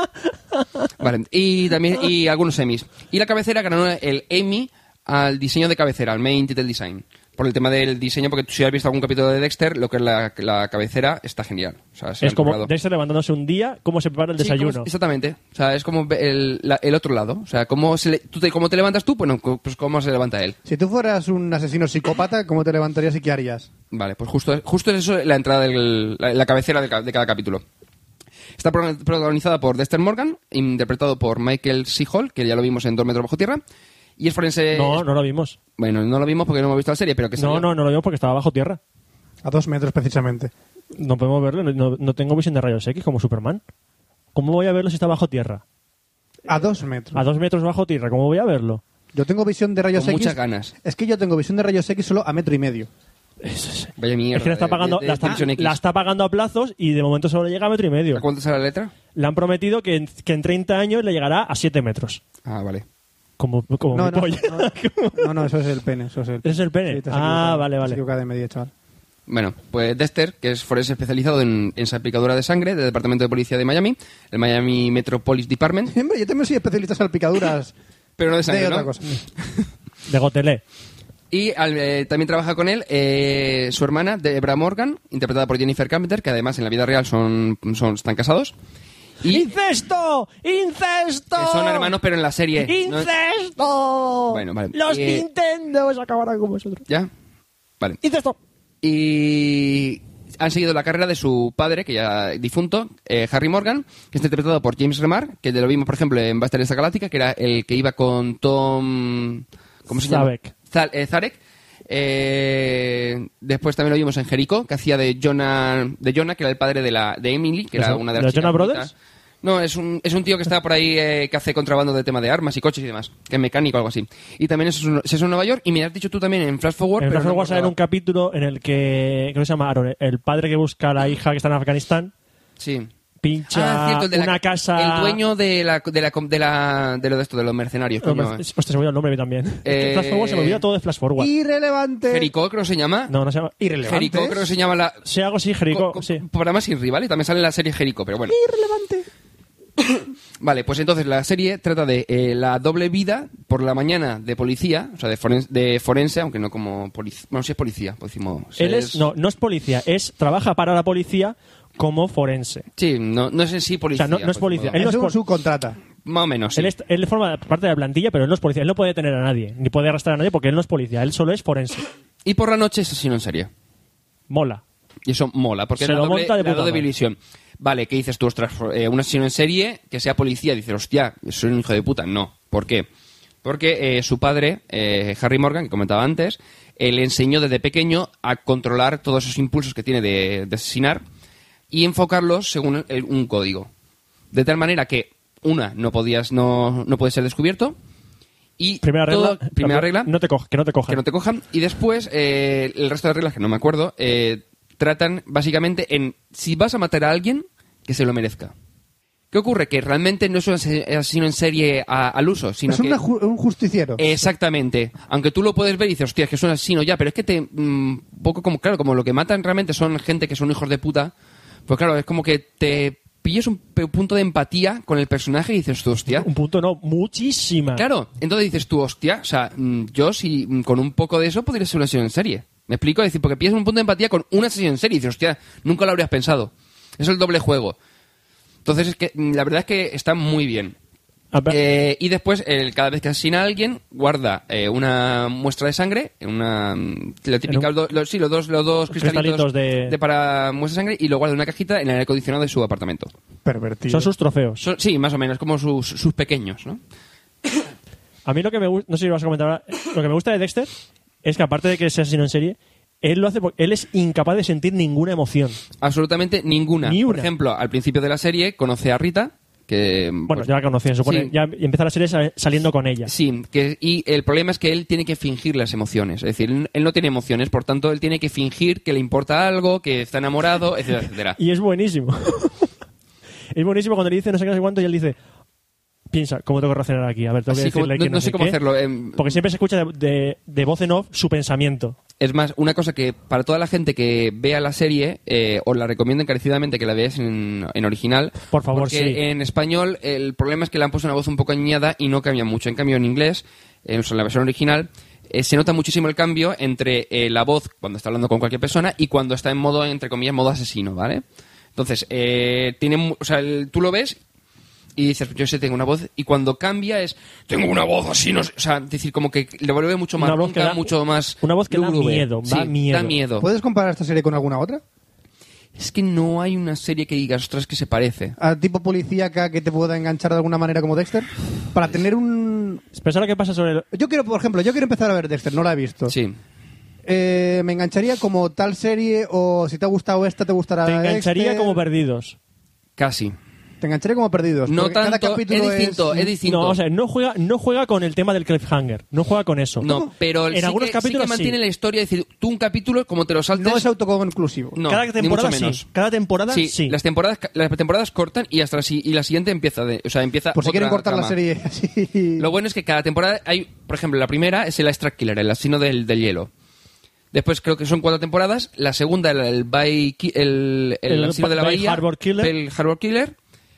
Vale, y también y algunos Emmys. Y la cabecera ganó el Emmy al diseño de cabecera, al Main Title Design. Por el tema del diseño, porque si has visto algún capítulo de Dexter, lo que es la cabecera está genial. O sea, se Es han como currado. Dexter levantándose un día, cómo se prepara el Sí, desayuno. exactamente. O sea, es como el otro lado. O sea, cómo te levantas tú, bueno, pues cómo se levanta él. Si tú fueras un asesino psicópata, ¿cómo te levantarías y qué harías? Vale, pues justo es eso la entrada la cabecera de cada capítulo. Está protagonizada por Dexter Morgan, interpretado por Michael C. Hall, que ya lo vimos en 2 metros bajo tierra. Y es forense... No lo vimos. Bueno, no lo vimos porque no hemos visto la serie, pero que salió. No lo vimos porque estaba bajo tierra. A 2 metros, precisamente. No podemos verlo, no tengo visión de rayos X como Superman. ¿Cómo voy a verlo si está bajo tierra? A 2 metros. A 2 metros bajo tierra, ¿cómo voy a verlo? Yo tengo visión de rayos Con X. muchas ganas. Es que yo tengo visión de rayos X solo a 1,5 metros. Vaya mierda. Es que la está pagando, la está pagando a plazos y de momento solo le llega a 1,5 metros. ¿A cuánto sale la letra? Le han prometido que en 30 años le llegará a 7 metros. Ah, vale. Como No, mi polla. no, eso es el pene. Eso es el ¿Ese es el pene? Sí, te has Ah, equivocado. vale. Te has equivocado de medida, chaval. Bueno, pues Dexter, que es forense especializado en salpicadura de sangre del Departamento de Policía de Miami, el Miami Metropolis Department, Hombre, yo también soy especialista en salpicaduras pero no de sangre, de ¿no? otra cosa. De Gotelé. Y también trabaja con él su hermana, Debra Morgan, interpretada por Jennifer Carpenter, que además en la vida real están casados. Y ¡Incesto! ¡Incesto! que son hermanos, pero en la serie. ¿no? ¡Incesto! Bueno, vale. Los Nintendos acabarán con vosotros. ¿Ya? Vale. ¡Incesto! Y han seguido la carrera de su padre, que ya difunto, Harry Morgan, que está interpretado por James Remar, que lo vimos, por ejemplo, en Battlestar Galáctica, que era el que iba con Tom... ¿Cómo se llama? Zarek. Después también lo vimos en Jericho, que hacía de Jonah, que era el padre de Emily, que era una de las ¿Los Jonah chicas Brothers? bonitas. No, es un tío que está por ahí que hace contrabando de tema de armas y coches y demás, que es mecánico o algo así. Y también es en Nueva York, y me has dicho tú también en Flash Forward. En pero Flash no Forward sale en un capítulo en el que, creo que se llama Aaron, el padre que busca a la hija que está en Afganistán, Sí. pincha Cierto, el de una casa... El dueño de los mercenarios. Hombre, coño. hostia, se me olvidó el nombre también. Es que Flash Forward se me olvida todo de Flash Forward. Irrelevante. Jericho, creo que se llama. No se llama... Irrelevante. Jericho, creo que se llama la... Si hago sí, Jericho, sí. Programa sin rival, y también sale en la serie Jericho, pero bueno. Irrelevante. Vale, pues entonces la serie trata de la doble vida por la mañana de policía, o sea, de forense, aunque no como policía. Bueno, sí es policía, pues decimos. Él no es policía, trabaja para la policía como forense. Sí, no es en sí O policía. sea, no es pues, policía. modo. Él no Es es un subcontrata. Más o menos, sí. Él forma parte de la plantilla, pero él no es policía. Él no puede detener a nadie, ni puede arrastrar a nadie porque él no es policía. Él solo es forense. Y por la noche es asesino en serie. Mola. Y eso mola, porque Se es lo monta de la puta doble madre. visión. Vale, ¿qué dices tú? Ostras, un asesino en serie que sea policía, dices, hostia, soy un hijo de puta. No. ¿Por qué? Porque su padre, Harry Morgan, que comentaba antes, le enseñó desde pequeño a controlar todos esos impulsos que tiene de asesinar y enfocarlos según un código. De tal manera que, no puede ser descubierto. Y Primera regla. no te cojan. Que no te cojan. Que no te cojan. Y después, el resto de reglas, que no me acuerdo, tratan básicamente en si vas a matar a alguien, que se lo merezca. ¿Qué ocurre? Que realmente no es un asesino en serie al uso, sino Es que... un justiciero. Exactamente. Aunque tú lo puedes ver y dices, hostia, es que es un asesino ya, pero es que poco como, claro, como lo que matan realmente son gente que son hijos de puta, pues claro, es como que te pilles un punto de empatía con el personaje y dices tú, hostia. Un punto no, muchísima. Claro, entonces dices tú, hostia, o sea, yo si con un poco de eso podría ser un asesino en serie. ¿Me explico? Es decir, porque pillas un punto de empatía con un asesino en serie y dices, hostia, nunca lo habrías pensado. Es el doble juego. Entonces es que la verdad es que está muy bien. Y después, cada vez que asesina a alguien, guarda una muestra de sangre, la típica, los dos cristalitos para muestra de sangre, y lo guarda en una cajita en el aire acondicionado de su apartamento. Pervertido. Son sus trofeos. Sí, más o menos, como sus pequeños, ¿no? A mí lo que me gusta, no sé si lo vas a comentar ahora, lo que me gusta de Dexter es que aparte de que sea asesino en serie, él lo hace porque él es incapaz de sentir ninguna emoción. Absolutamente ninguna. Ni una. Por ejemplo, al principio de la serie conoce a Rita, que... Bueno, ya la conocía, se supone. Sí. Ya empieza la serie saliendo con ella. Sí, y el problema es que él tiene que fingir las emociones. Es decir, él no tiene emociones, por tanto, él tiene que fingir que le importa algo, que está enamorado, etcétera, etcétera. Y es buenísimo. Es buenísimo cuando le dice no sé qué, no sé cuánto, y él dice, piensa, ¿cómo tengo que reaccionar aquí? A ver, tengo que Así como- decirle que no sé sé cómo qué. hacerlo. Porque siempre se escucha de voz en off su pensamiento. Es más, una cosa que para toda la gente que vea la serie, os la recomiendo encarecidamente que la veáis en original. Por favor, porque sí. en español el problema es que le han puesto una voz un poco añada y no cambia mucho. En cambio, en inglés, en la versión original, se nota muchísimo el cambio entre la voz cuando está hablando con cualquier persona y cuando está en modo, entre comillas, modo asesino, ¿vale? Entonces, tú lo ves y dices, yo sé, tengo una voz, y cuando cambia es, tengo una voz así, no sé, o sea, es decir, como que le vuelve mucho más Una voz que ronca, da- mucho más una voz que da lúgubre. miedo, da Sí, miedo. da miedo. ¿Puedes comparar esta serie con alguna otra? Es que no hay una serie que digas, ostras, que se parece. ¿A tipo policíaca que te pueda enganchar de alguna manera como Dexter? Para tener un... Pero ¿sabes lo que pasa sobre Yo quiero, por ejemplo, empezar a ver Dexter, no la he visto. Sí. Me engancharía como tal serie, o si te ha gustado esta, te gustará te engancharía Dexter. como Perdidos. Casi. Te engancharía como Perdidos. No porque cada tanto, capítulo es distinto. No, o sea, no juega con el tema del cliffhanger. No juega con eso. No, pero en sí algunos que, capítulos sí que mantiene sí. la historia, es decir, tú un capítulo, como te lo saltes... No es autoconclusivo. No, Cada ni temporada mucho sí. menos. Cada temporada sí. Las temporadas cortan y hasta y la siguiente empieza empieza Por si otra quieren cortar la trama. serie así. Lo bueno es que cada temporada hay, por ejemplo, la primera es el Extract Killer, el asesino del hielo. Después creo que son 4 temporadas. La segunda, el asesino de la Bay bahía, Harbor Killer. el Harbor Killer.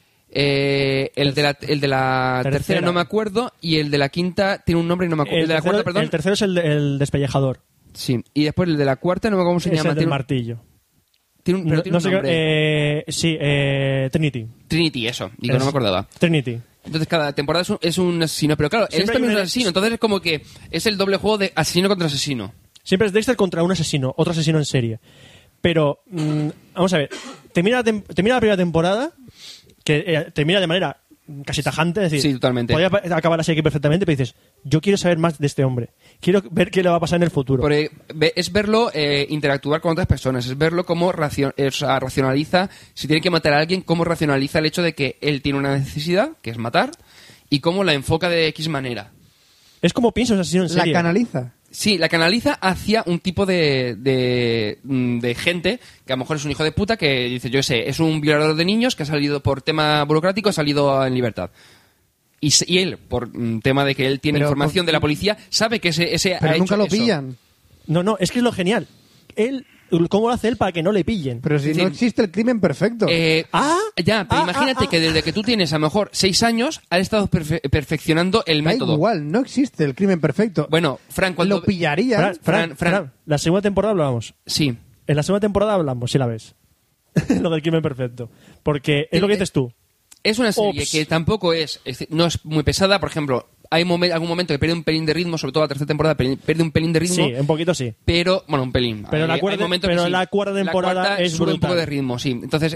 El de la tercera no me acuerdo, y el de la quinta tiene un nombre y no me acuerdo. El de la cuarta, perdón. El tercero es el despellejador. Sí, y después el de la cuarta no me acuerdo cómo se Es llama. el del martillo. Tiene un nombre. Sí, Trinity. Trinity, eso. Digo, no me acordaba. Trinity. Entonces cada temporada es un asesino, pero claro, él Siempre también hay es un una- asesino, entonces es como que es el doble juego de asesino contra asesino. Siempre es Dexter contra un asesino, otro asesino en serie. Pero, vamos a ver, termina la primera temporada, que termina de manera casi tajante, es decir, Sí, totalmente. podría acabar la serie aquí perfectamente, pero dices, yo quiero saber más de este hombre, quiero ver qué le va a pasar en el futuro. Es verlo interactuar con otras personas, es verlo cómo racionaliza, si tiene que matar a alguien, cómo racionaliza el hecho de que él tiene una necesidad, que es matar, y cómo la enfoca de X manera. Es como piensa un asesino en La serie. canaliza. Sí, la canaliza hacia un tipo de gente que a lo mejor es un hijo de puta que dice, yo qué sé, es un violador de niños que ha salido por tema burocrático, ha salido en libertad. Y él, por tema de que él tiene Pero información de la policía, sabe que ese Pero ha nunca hecho lo eso. pillan. No, es que es lo genial. ¿Cómo lo hace él para que no le pillen? Pero si Sí. no existe el crimen perfecto. Ya, pero imagínate que desde que tú tienes a lo mejor 6 años, has estado perfeccionando el Da método. igual, no existe el crimen perfecto. Bueno, Fran, cuando... Lo pillaría. Fran, la segunda temporada hablábamos. Sí. En la segunda temporada hablamos, si la ves. Lo del crimen perfecto. Porque es lo que dices tú. Es una serie Ops. que tampoco no es muy pesada. Por ejemplo, Hay algún momento que pierde un pelín de ritmo, sobre todo la tercera temporada pierde un pelín de ritmo. Sí, un poquito sí. Pero, bueno, un pelín. Pero la Hay cuarta- momentos pero que sí. la cuarta temporada La cuarta es sube un brutal. poco de ritmo, sí. Entonces,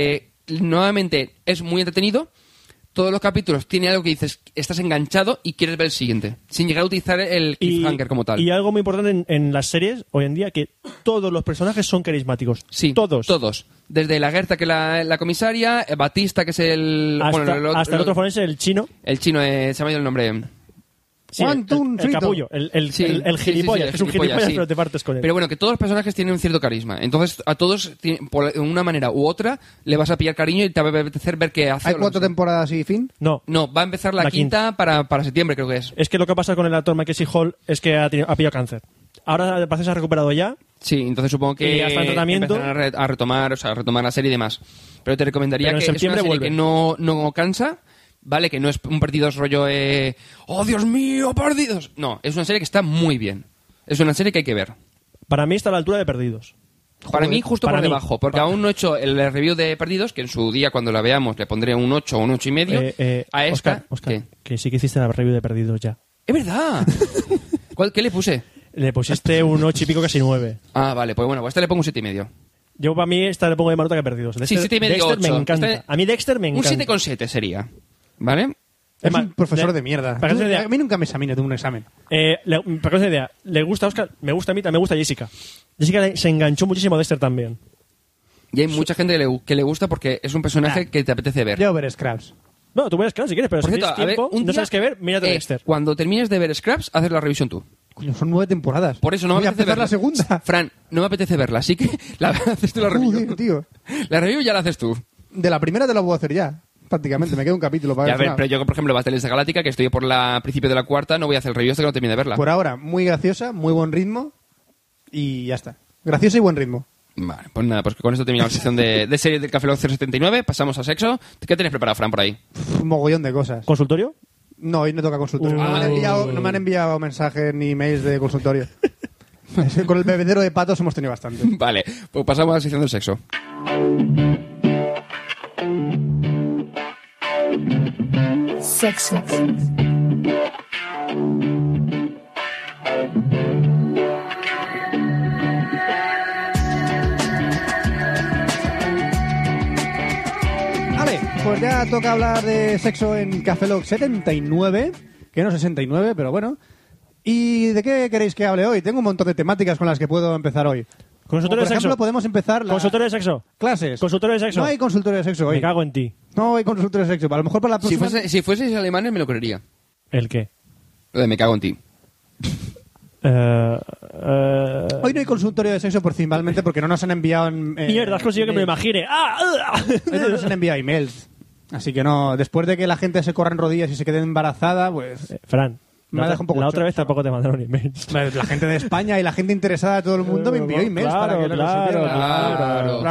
nuevamente, es muy entretenido. Todos los capítulos tiene algo que dices, estás enganchado y quieres ver el siguiente. Sin llegar a utilizar el cliffhanger como tal. Y algo muy importante en las series hoy en día, que todos los personajes son carismáticos. Sí, Todos. Desde la Gerta, que es la comisaria, Batista, que es el... Hasta el otro forense, el chino. El chino, se me ha ido el nombre. Sí, Juan Tun el Frito. capullo, el Sí, gilipollas, el que es un gilipollas, gilipollas, sí. pero te partes con él. Pero bueno, que todos los personajes tienen un cierto carisma. Entonces, a todos, por una manera u otra, le vas a pillar cariño y te va a apetecer ver qué hace. ¿Hay o lo 4 que sea. temporadas y fin? No, No, va a empezar la quinta para septiembre, creo que es. es que lo que pasa con el actor Mackenzie Hall es que ha pillado cáncer. Ahora parece que se ha recuperado ya. Sí, entonces supongo que Y ya está en tratamiento. empezarán a retomar la serie y demás. Pero te recomendaría Pero en que es una septiembre serie vuelve. que no cansa, ¿vale? Que no es un perdidos rollo, ¡oh, Dios mío, perdidos! No, es una serie que está muy bien. Es una serie que hay que ver. Para mí está a la altura de Perdidos. Para mí, justo para por mí. debajo, porque aún no he hecho el review de Perdidos, que en su día, cuando la veamos, le pondré un 8 o un 8,5. A esta, Oscar, ¿qué? que sí que hiciste la review de Perdidos ya. ¡Es verdad! ¿Qué le puse? Le pusiste un 8 y pico, casi 9. Ah, vale, pues bueno, a esta le pongo un 7,5. Yo para mí esta le pongo de más nota que Perdidos. Sí, 7,5, Dexter 8. me encanta. A mí Dexter me Un encanta. 7,7 sería, ¿vale? Es más, un profesor de mierda. para que se vea- A mí nunca me examines de un examen. Para que os hagáis una idea, le gusta a Oscar, me gusta a mí, también me gusta a Jessica. Jessica se enganchó muchísimo a Dexter también. Y hay mucha gente que le gusta porque es un personaje que te apetece ver. Yo ver Scraps. No, tú puedes claro si quieres, pero Por si cierto, tienes tiempo, un no día, sabes qué ver, mírate Dexter. Cuando termines de ver Scraps, haces la revisión tú. Coño, son 9 temporadas. Por eso no me Voy a apetece empezar verla. la segunda. Fran, no me apetece verla, así que haces tú la review. Joder, tío. La review ya la haces tú. De la primera te la puedo hacer ya. Prácticamente, me queda un capítulo para Ya, a ver, ver. pero yo, por ejemplo, Battlestar Galáctica, que estoy por la principio de la cuarta, no voy a hacer el review hasta que no termine de verla. Por ahora, muy graciosa, muy buen ritmo y ya está. Graciosa y buen ritmo. Vale, pues nada, pues con esto terminamos la sección de series del Café Lock 079, pasamos a sexo. ¿Qué tenéis preparado, Fran, por ahí? Un mogollón de cosas. ¿Consultorio? No, hoy no toca consultorio. No me han enviado mensajes ni emails de consultorio. Es que con el bebedero de patos hemos tenido bastante. Vale, pues pasamos a la sección del sexo. Sexo. Vale, pues ya toca hablar de sexo en Café Lock 79, que no 69, pero bueno. ¿Y de qué queréis que hable hoy? Tengo un montón de temáticas con las que puedo empezar hoy. Consultorio Como, por de ejemplo, sexo. podemos empezar Consultorio de sexo. clases. Consultorio de sexo. No hay consultorio de sexo hoy. Me cago en ti. No hay consultorio de sexo. A lo mejor para la Si próxima... si fueseis alemanes me lo creería. ¿El qué? Lo de me cago en ti. Hoy no hay consultorio de sexo principalmente porque no nos han enviado... Mierda, has conseguido que me lo imagine. ¡Ah! No nos han enviado emails. Así que no, después de que la gente se corra en rodillas y se quede embarazada, pues... Fran, Me ha dejado un poco la otra chocho. vez tampoco te mandaron emails. La gente de España y la gente interesada de todo el mundo me envió emails Claro, para que lo claro, supiera. claro,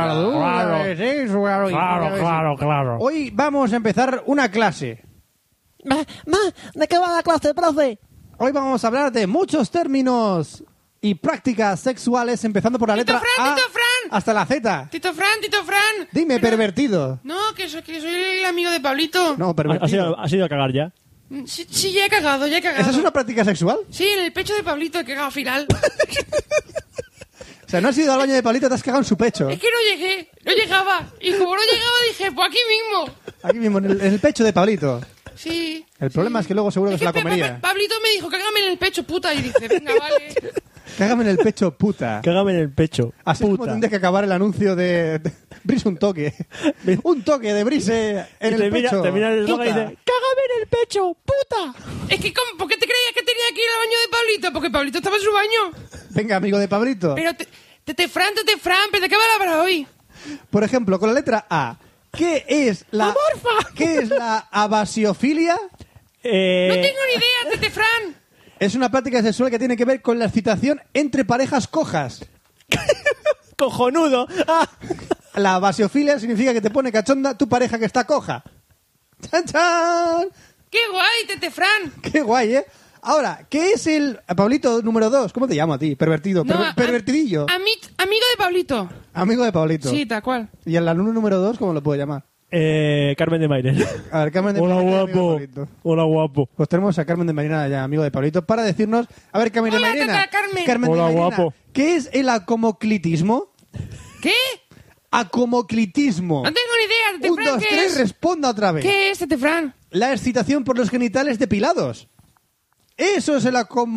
Claro. Claro. Hoy vamos a empezar una clase. ¿De qué va la clase, profe? Hoy vamos a hablar de muchos términos y prácticas sexuales, empezando por la letra Fran, A Tito Fran. hasta la Z. Tito Fran. Dime, pervertido. No, que soy el amigo de Pablito. No, pervertido. ¿Has ido a cagar ya? Sí, ya he cagado. ¿Esa es una práctica sexual? Sí, en el pecho de Pablito he cagado al final. O sea, no has ido al baño de Palito, te has cagado en su pecho. Es que no llegaba. Y como no llegaba dije, pues aquí mismo. Aquí mismo, en el pecho de Pablito. Sí. El problema es que luego seguro que se la comería. Pablito me dijo, cágame en el pecho, puta. Y dice, venga, vale. Cágame en el pecho, puta. Cágame en el pecho. Así es como puta. tendría que acabar el anuncio de Brise un toque. Un toque de Brise en el pecho. Te mira el puta. eslogan y dice, cágame en el pecho, puta. Es que, ¿por qué te creías que tenía que ir al baño de Pablito? Porque Pablito estaba en su baño. Venga, amigo de Pablito. Pero, Tete Fran, ¿pero de qué va la para hoy? Por ejemplo, con la letra A. ¿Qué es la... ¡Amorfa! ¿Qué es la abasiofilia? No tengo ni idea, Tete Fran. Es una práctica sexual que tiene que ver con la excitación entre parejas cojas. Cojonudo. Ah. La abasiofilia significa que te pone cachonda tu pareja que está coja. ¡Chan, chan! ¡Qué guay, Tete Fran! ¡Qué guay, eh! Ahora, ¿qué es el... Pablito número 2? ¿Cómo te llamo a ti? Pervertido. Pervertidillo. Amigo de Pablito. Amigo de Pablito. Sí, tal cual. ¿Y el alumno número 2 cómo lo puedo llamar? Carmen de Mairena. A ver, Carmen de Hola, Mairena, amigo de guapo. Pablito. Hola, guapo. Pues tenemos a Carmen de Mairena, ya amigo de Pablito, para decirnos... A ver, Carmen de Hola, Mairena. tata Carmen. Hola, de Mairena, guapo. ¿qué es el acomoclitismo? ¿Qué? Acomoclitismo. No tengo ni idea, Tete 1, Fran, 2, ¿qué 3, es? responda otra vez. ¿Qué es, Tete Fran? La excitación por los genitales depilados. Eso es el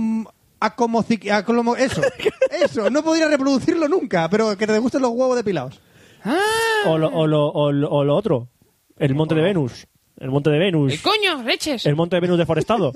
eso. No podría reproducirlo nunca, pero que te gusten los huevos depilados. Ah, O lo otro. El monte de Venus. El monte de Venus. el coño, leches. El monte de Venus deforestado.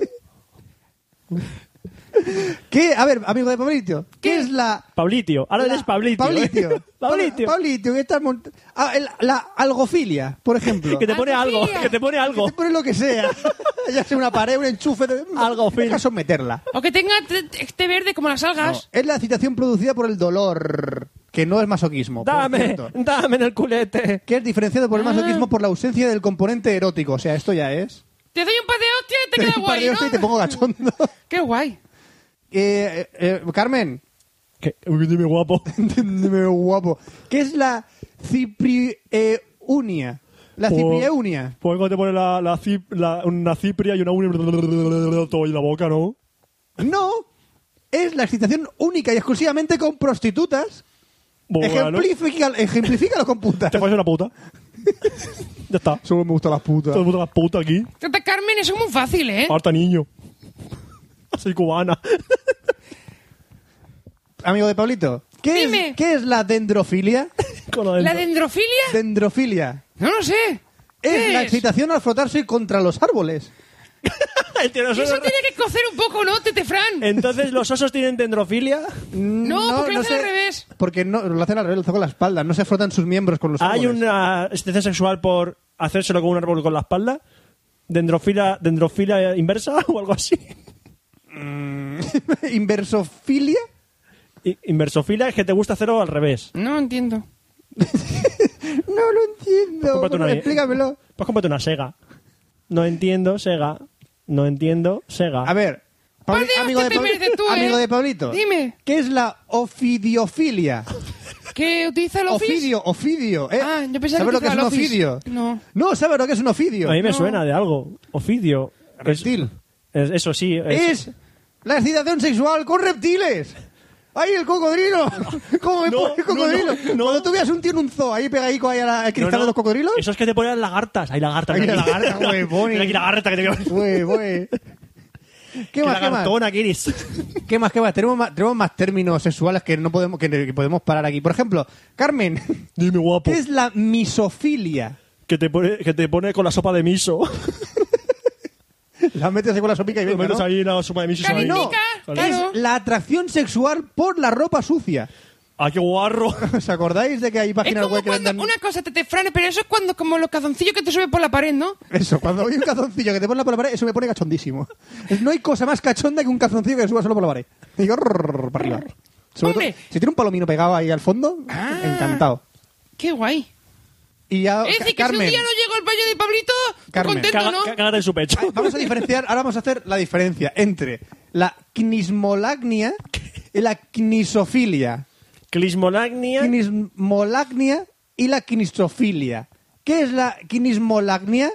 ¿Qué? A ver, amigo de Pablito, ¿qué es la... Pablitio. Ahora eres Pablitio. Pablitio. Pablitio. Pablitio, que está la algofilia, por ejemplo. Que te pone algo. Algofilia. Que te pone algo. Que te pone lo que sea. Ya sea una pared, un enchufe. Algofilia. Deja someterla. O que tenga este verde como las algas. Es la excitación producida por el dolor, que no es masoquismo. por Dame cierto. en el culete. Que es diferenciado por el masoquismo por la ausencia del componente erótico. O sea, esto ya es. Te doy un par de hostias y te Te queda doy un par de guay, hostias ¿no? y te pongo cachondo. Qué guay. Carmen, Dime guapo. dime guapo. ¿Qué es la ciprieunia? La ciprieunia. Pues cuando te pone una cipria y una unia todo en la boca, ¿no? No, es la excitación única y exclusivamente con prostitutas. Bueno, Ejemplifícalo con putas. te pones una puta. Ya está. Solo me gustan las putas. Todo el mundo las putas aquí. Tata Carmen, eso es muy fácil, ¿eh? Harta niño. Soy cubana. Amigo de Pablito, Dime. ¿qué es la dendrofilia? Con lo del- ¿La dendrofilia? Dendrofilia. No lo sé. Es ¿Qué la es? excitación al frotarse contra los árboles. El tiranosaurio- Eso tiene que cocer un poco, ¿no, Tete Fran? Entonces, ¿los osos tienen dendrofilia? No, porque lo hacen al revés. Porque no, lo hacen al revés, lo hacen con la espalda. No se frotan sus miembros con los ¿Hay árboles. una excitación sexual por hacérselo con un árbol con la espalda? ¿Dendrofilia inversa o algo así? ¿Inversofilia? Inversofilia es que te gusta hacerlo al revés. No entiendo. No lo entiendo. Cómprate una- Explícamelo. Pues cómprate una Sega. No entiendo, Sega. No entiendo, Sega. A ver, Par de amigo, de hostias te mereces tú, ¿eh? amigo de Pablito. Dime. ¿Qué es la ofidiofilia? ¿Que utiliza el office? Ofidio. Ah, yo pensaba ¿Sabes que lo que es un utilizaba el ofidio? office. No. No, ¿sabes lo que es un ofidio? A mí me No. suena de algo. Ofidio. Reptil. Eso sí. Es la excitación sexual con reptiles. ¡Ay, el cocodrilo! ¿Cómo me No, pone el cocodrilo? no. Cuando tú veas un tío en un zoo ahí pegadico ahí al cristal de los cocodrilos. Eso es que te ponen las lagartas. Hay lagartas. Hay mira aquí. lagarta, huevón. Mira aquí lagarta que te quedas. Güey. ¿Qué más? lagartona que eres. ¿Qué más? Tenemos más términos sexuales que no podemos que podemos parar aquí. Por ejemplo, Carmen, Dime guapo. ¿qué es la misofilia? Que te pone con la sopa de miso. La metes ahí con la sopica y Te venga, metes ¿no? ahí la sopa de miso. Cari, ahí. no. Claro. Es la atracción sexual por la ropa sucia. ¡Ah, qué guarro! ¿Os acordáis de que hay Es páginas como web que cuando... vendan... Una cosa, Tete Fran, pero eso es cuando como los calzoncillos que te suben por la pared, ¿no? Eso, cuando hay un calzoncillo que te pone por la pared, eso me pone cachondísimo. No hay cosa más cachonda que un calzoncillo que te suba solo por la pared. Y digo, para arriba. Sobre todo, Hombre. si tiene un palomino pegado ahí al fondo, Ah. encantado. Qué guay. Y ya, Es decir, que si un Carmen, día no llego al baño de Pablito, tú Carmen. contento, ¿no? Cágate en su pecho. vamos a diferenciar, ahora vamos a hacer la diferencia entre la knismolagnia y la knisofilia. Clismolagnia. Knismolagnia y la knisofilia. ¿Qué es la knismolagnia?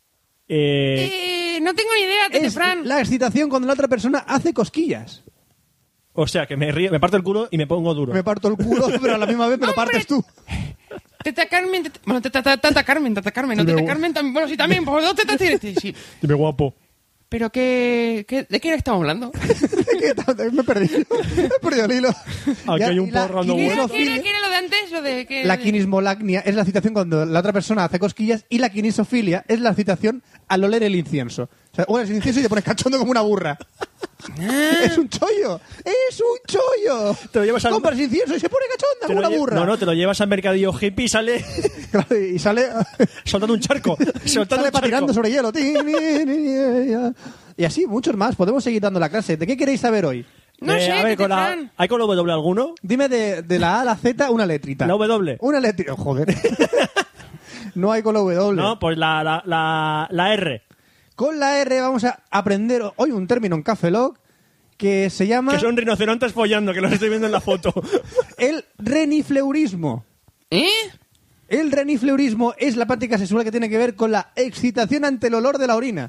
No tengo ni idea, Tete Es Fran. la excitación cuando la otra persona hace cosquillas. O sea, que me río, me parto el culo y me pongo duro. Me parto el culo, pero a la misma vez me lo ¡Hombre! partes tú. Teta Carmen, bueno, Tata Carmen, no, Teta Carmen también, bueno, sí, también, por dos tetas tienes, sí. Dime guapo. Pero ¿de qué estamos hablando? Me he perdido. He perdido el hilo. Aquí Ya, hay un y la porro dando ¿Qué vueltas. era lo de antes? Lo de que... La knismolagnia es la excitación cuando la otra persona hace cosquillas y la knisofilia es la excitación al oler el incienso. O sea, hueles el incienso y te pones cachondo como una burra. ¡Es un chollo! ¡Es un chollo! Te lo llevas al- Compras incienso y se pone cachonda Te como lo una burra. No, te lo llevas al mercadillo hippie y sale Claro, y sale, soltando un charco. Soltando sale un patinando charco. sobre hielo. Y así, muchos más. Podemos seguir dando la clase. ¿De qué queréis saber hoy? No sé, a ver, Tete con la, Fran. ¿hay con la W alguno? Dime de la A a la Z una letrita. La W. Una letrita. Joder. No hay con la W. No, pues la R. Con la R vamos a aprender hoy un término en Café Lock que se llama Que son rinocerontes follando, que los estoy viendo en la foto. el renifleurismo. ¿Eh? El renifleurismo es la práctica sexual que tiene que ver con la excitación ante el olor de la orina.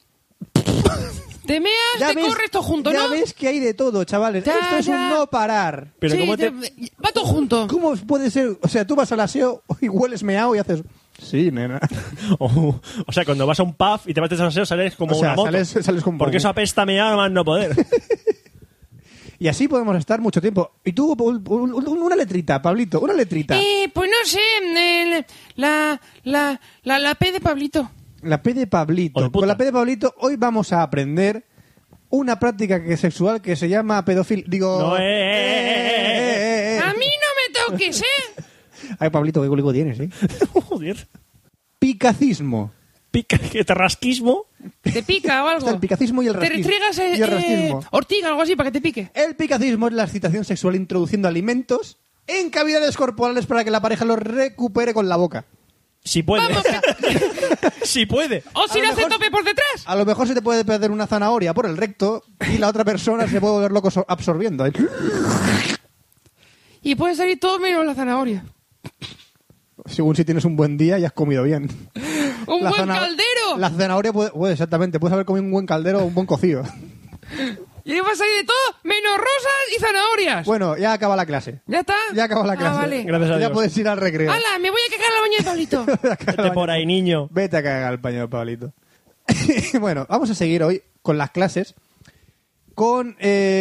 Te meas, te corres todo junto, ya ¿no? ves que hay de todo, chavales. Ya, Esto es ya. un no parar. Pero Sí, ¿cómo te...? va todo junto. ¿Cómo puede ser? O sea, tú vas al aseo y hueles meao y haces... Sí, nena. O sea, cuando vas a un pub y te metes al aseo sales como O sea, una moto. sales con Porque poco. eso apesta mear más no poder. Y así podemos estar mucho tiempo. Y tú, una letrita, Pablito, una letrita. Pues no sé, la P de Pablito. La P de Pablito. O de puta. Con la P de Pablito hoy vamos a aprender una práctica sexual que se llama pedofilia. Digo... No, A mí no me toques, ¿eh? Ay, Pablito, qué cólico tienes, ¿eh? Joder. Picacismo. Que te rasquismo. ¿Te pica o algo? Está el picacismo y el Te rasquismo. restriegas Y el rasquismo. ortiga o algo así para que te pique. El picacismo es la excitación sexual introduciendo alimentos en cavidades corporales para que la pareja los recupere con la boca. Si puede. Vamos, Si puede. o si A lo le hace mejor- tope por detrás. A lo mejor se te puede perder una zanahoria por el recto y la otra persona se puede volver loco absorbiendo. Y puede salir todo menos la zanahoria. Según si tienes un buen día y has comido bien. ¡Un La buen zana- caldero! La zanahoria puede, exactamente, puedes haber comido un buen caldero o un buen cocido. Y va a salir de todo menos rosas y zanahorias. Bueno, ya acaba la clase. ¿Ya está? Ya acaba la clase. Vale. Gracias a Ya Dios. puedes ir al recreo. ¡Hala! Me voy a cagar al baño de Pablito. Vete por ahí, niño. Vete a cagar al paño de Pablito. Bueno, vamos a seguir hoy con las clases con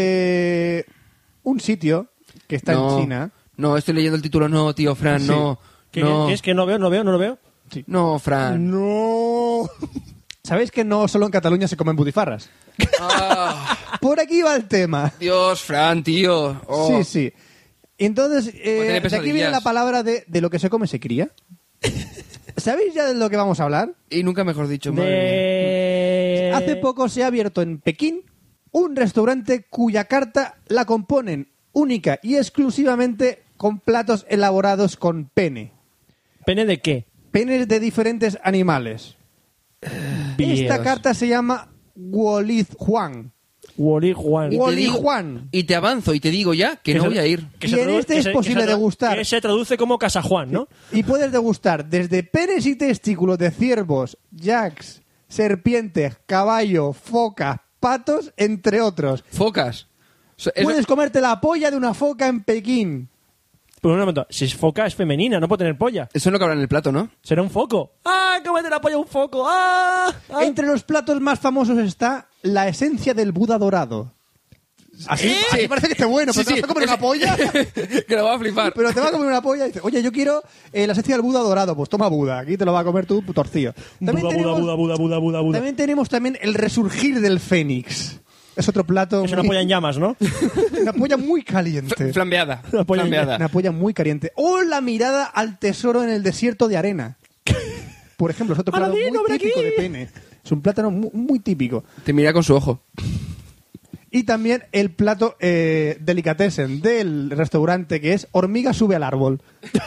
un sitio que está No, en China. No, estoy leyendo el título. No, tío, Fran, Sí. no. ¿Qué No, es que no veo? no, Fran. ¡No! ¿Sabéis que no solo en Cataluña se comen butifarras? Ah, Por aquí va el tema. Dios, Fran, tío. Oh. Sí, sí. Entonces, tener de aquí pesadillas. viene la palabra de lo que se come se cría. ¿Sabéis ya de lo que vamos a hablar? Y nunca mejor dicho, madre mía. Hace poco se ha abierto en Pekín un restaurante cuya carta la componen única y exclusivamente con platos elaborados con pene. ¿Pene de qué? Penes de diferentes animales. Esta Dios. carta se llama Wolizhuan. Wally Juan. Y te digo- Juan. Y te avanzo y te digo ya que no se- voy a ir. Y en este es posible degustar. Que se traduce como Casa Juan, ¿no? Y puedes degustar desde penes y testículos de ciervos, yaks, serpientes, caballo, focas, patos, entre otros. Focas. O sea, eso- Puedes comerte la polla de una foca en Pekín. Pero un momento, si es foca es femenina, no puede tener polla. Eso no cabrá en el plato, ¿no? Será un foco. ¡Ah! ¡Cómete la polla a un foco! ¡Ah! ¡Ah! Entre los platos más famosos está la esencia del Buda dorado. Así, así parece que esté bueno, pero te vas a comer una polla. Que lo va a flipar. Pero te va a comer una polla y dices, oye, yo quiero la esencia del Buda dorado. Pues toma Buda, aquí te lo va a comer tú torcido. Buda. También tenemos el resurgir del fénix. Es otro plato. Es una polla en llamas, ¿no? Una polla muy caliente. Flambeada. La polla Flambeada. Una polla muy caliente. O la mirada al tesoro en el desierto de arena. Por ejemplo, es otro plato Aladino, muy ven típico aquí. de pene. Es un plátano muy típico. Te mira con su ojo. Y también el plato delicatessen del restaurante que es hormiga sube al árbol.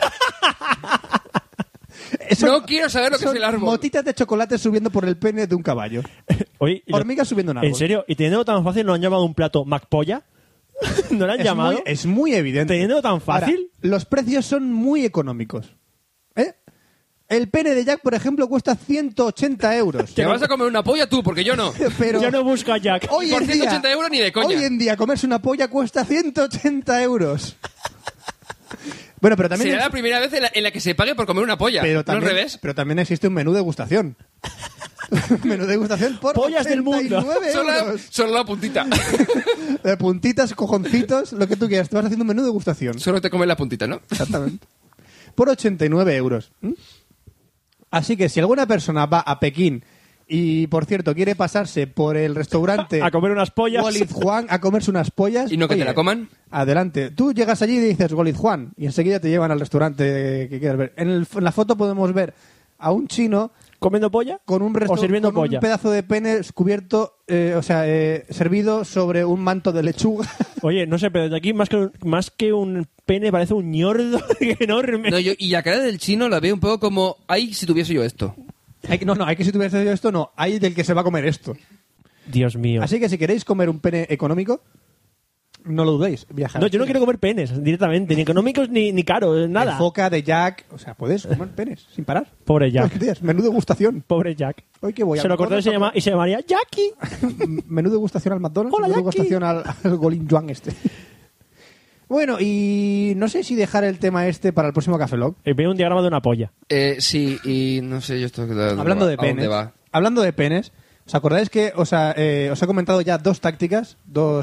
No quiero saber lo que es son el árbol. motitas de chocolate subiendo por el pene de un caballo. Oye, y Hormigas subiendo un árbol. ¿En serio? ¿Y teniendo tan fácil no han llamado un plato McPolla? ¿No lo han llamado? Es muy evidente. ¿Teniendo tan fácil? Ahora, los precios son muy económicos. ¿Eh? El pene de Jack, por ejemplo, cuesta 180 euros. Te vas a comer una polla tú, porque yo no. Pero Ya no busca Jack. hoy Por en 180 día, euros ni de coña. Hoy en día comerse una polla cuesta 180 euros. Bueno, pero también, Será la primera vez en la que se pague por comer una polla. pero ¿No también, al revés? pero también existe un menú degustación. Menú degustación por Pollas del mundo. 89 Solo euros. solo la puntita. De puntitas, cojoncitos, lo que tú quieras. Te vas haciendo un menú degustación. Solo te comes la puntita, ¿no? Exactamente. Por 89 euros. ¿Mm? Así que si alguna persona va a Pekín y, por cierto, quiere pasarse por el restaurante A comer unas pollas. Walid Juan a comerse unas pollas... Y no que te la coman. Adelante. Tú llegas allí y dices Walid Juan y enseguida te llevan al restaurante que quieras ver. En la foto podemos ver a un chino ¿Comiendo polla? con un, ¿O sirviendo con polla? un pedazo de pene cubierto, servido sobre un manto de lechuga. Oye, no sé, pero de aquí más que un pene parece un ñordo enorme. No, y la cara del chino la veo un poco como, ay, si tuviese yo esto. Hay que si tuviese yo esto, no. Hay del que se va a comer esto. Dios mío. Así que si queréis comer un pene económico, No lo dudéis, viajar. No, yo no quiero comer penes directamente, ni económicos ni caros, nada. De foca, de Jack, o sea, puedes comer penes sin parar. Pobre Jack. Todos los días. Menú degustación. Pobre Jack. Hoy que voy a Se lo cortó y se llamaría Jackie. menú degustación al McDonald's, Hola, menú Jackie. degustación al Golin Juan este. Bueno, y no sé si dejar el tema este para el próximo Café Lock. Veo un diagrama de una polla. Sí, y no sé yo esto... Hablando de ¿a dónde penes. va? Hablando de penes, ¿os acordáis que os he comentado ya dos prácticas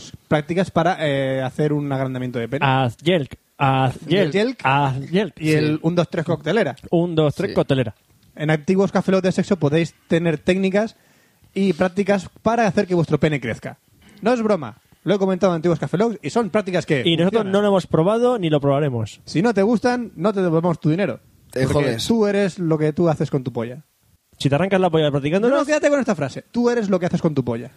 para hacer un agrandamiento de pene? Haz Yelk. Yelk. Y el 1, 2, 3 coctelera. 1, 2, 3, Sí. coctelera. En antiguos Café Lock de sexo podéis tener técnicas y prácticas para hacer que vuestro pene crezca. No es broma. Lo he comentado en antiguos Café Lock y son prácticas que Y nosotros funcionan. no lo hemos probado ni lo probaremos. Si no te gustan, no te devolvemos tu dinero. Te Porque jodes. tú eres lo que tú haces con tu polla. Si te arrancas la polla practicándolo, No, quédate con esta frase. Tú eres lo que haces con tu polla.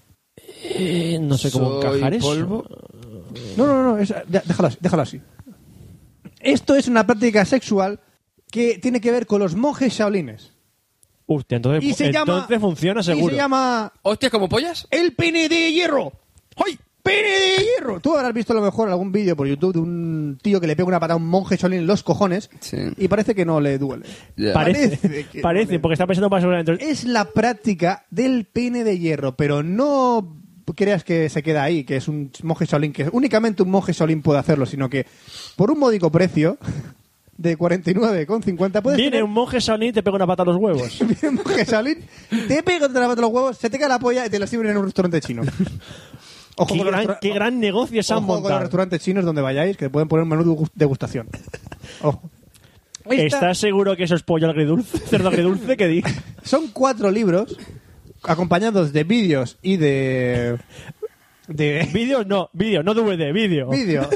no sé cómo Soy encajar eso. polvo. No. Déjalo así. Esto es una práctica sexual que tiene que ver con los monjes shaolines. Hostia, entonces, Y se llama... funciona Y seguro. se llama... ¿Hostias como pollas? ¡El pene de hierro! ¡Ay! ¡Pene de hierro! Tú habrás visto a lo mejor algún vídeo por YouTube de un tío que le pega una patada a un monje shaolin en los cojones Sí. y parece que no le duele. Ya. Parece que Parece, no le- porque está pensando para seguramente. Es la práctica del pene de hierro, pero no creas que se queda ahí, que es un monje shaolin, que únicamente un monje shaolin puede hacerlo, sino que por un módico precio de 49,50 puedes Viene tener un monje shaolin y te pega una pata a los huevos. un monje shaolin, te pega contra la pata de los huevos, se te cae la polla y te la sirven en un restaurante chino. Ojo qué, con los gran, restaura- qué gran negocio se han Ojo con los montado. restaurantes chinos donde vayáis, que pueden poner un menú de degustación. Ojo. ¿Estás seguro que eso es pollo agridulce? ¿Cerdo agridulce? ¿Qué di? Son 4 libros acompañados de vídeos y de ¿Vídeos? No, vídeo, no DVD, vídeo. vídeos.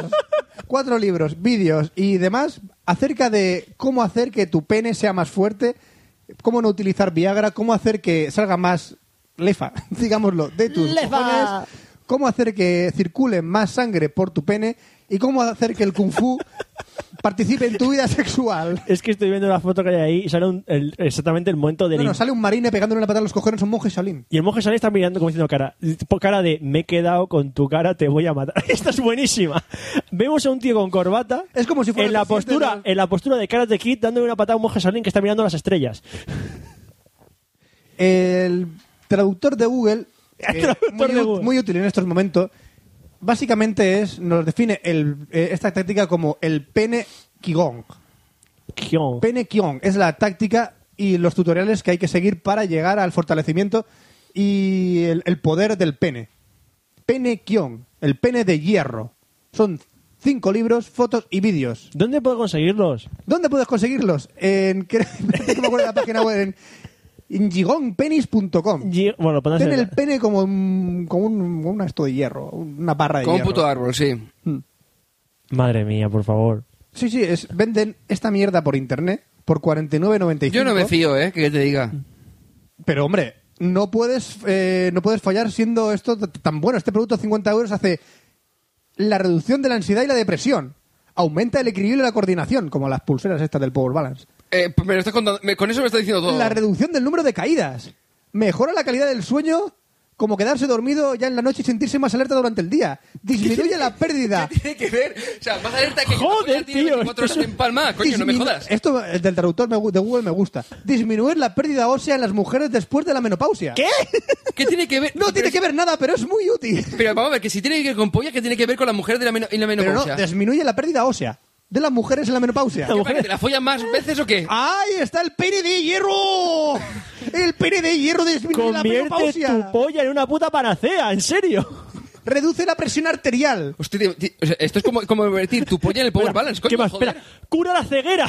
4 libros, vídeos y demás acerca de cómo hacer que tu pene sea más fuerte, cómo no utilizar Viagra, cómo hacer que salga más lefa, digámoslo, de tus Lefa. cojones, cómo hacer que circule más sangre por tu pene y cómo hacer que el kung fu participe en tu vida sexual. Es que estoy viendo la foto que hay ahí y sale exactamente el momento del... No, sale un marine pegándole una patada a los cojones a un monje Shaolin. Y el monje shaolin está mirando como diciendo cara de me he quedado con tu cara, te voy a matar. Esta es buenísima. Vemos a un tío con corbata Es como si fuera en la el presidente postura, de los- en la postura de Karate Kid dándole una patada a un monje shaolin que está mirando las estrellas. El traductor de Google, Traductor de Google. muy útil en estos momentos, básicamente nos define esta táctica como el pene Qigong. Kion. Pene Qigong es la táctica y los tutoriales que hay que seguir para llegar al fortalecimiento y el poder del pene. Pene Qigong, el pene de hierro. Son 5 libros, fotos y vídeos. ¿Dónde puedo conseguirlos? ¿Dónde puedes conseguirlos? Espérate que me acuerdo de la página web en gigongpenis.com. Bueno, pondrás Tiene el- el pene como un esto de hierro, una barra de Como un hierro. puto árbol, sí. Madre mía, por favor. Sí, venden esta mierda por internet por 49,95. Yo no me fío, que te diga. Pero hombre, no puedes fallar siendo esto tan bueno. Este producto a 50 euros hace la reducción de la ansiedad y la depresión. Aumenta el equilibrio y la coordinación, como las pulseras estas del Power Balance. Me lo estás contando, con eso me estás diciendo todo. La reducción del número de caídas. Mejora la calidad del sueño, como quedarse dormido ya en la noche y sentirse más alerta durante el día. Disminuye la pérdida. ¿Qué tiene que ver? O sea, más alerta que Joder, tiene tío, 24 horas esto es- en Palma. Coño, no me jodas. Esto el del traductor de Google me gusta. Disminuir la pérdida ósea en las mujeres después de la menopausia. ¿Qué? ¿Qué tiene que ver? No tiene que ver nada, pero es muy útil. Pero vamos a ver, que si tiene que ver con polla, ¿qué tiene que ver con la mujer de la y la Pero no, menopausia? disminuye la pérdida ósea de las mujeres en la menopausia. ¿Qué, para que te la follan más veces o qué? ¡Ahí está el pene de hierro! El pene de hierro disminuye la Convierte menopausia. tu polla en una puta panacea, en serio. Reduce la presión arterial. Hostia, tío, o sea, esto es como convertir tu polla en el Power Balance, coño, ¿Qué más? joder. Espera, cura la ceguera.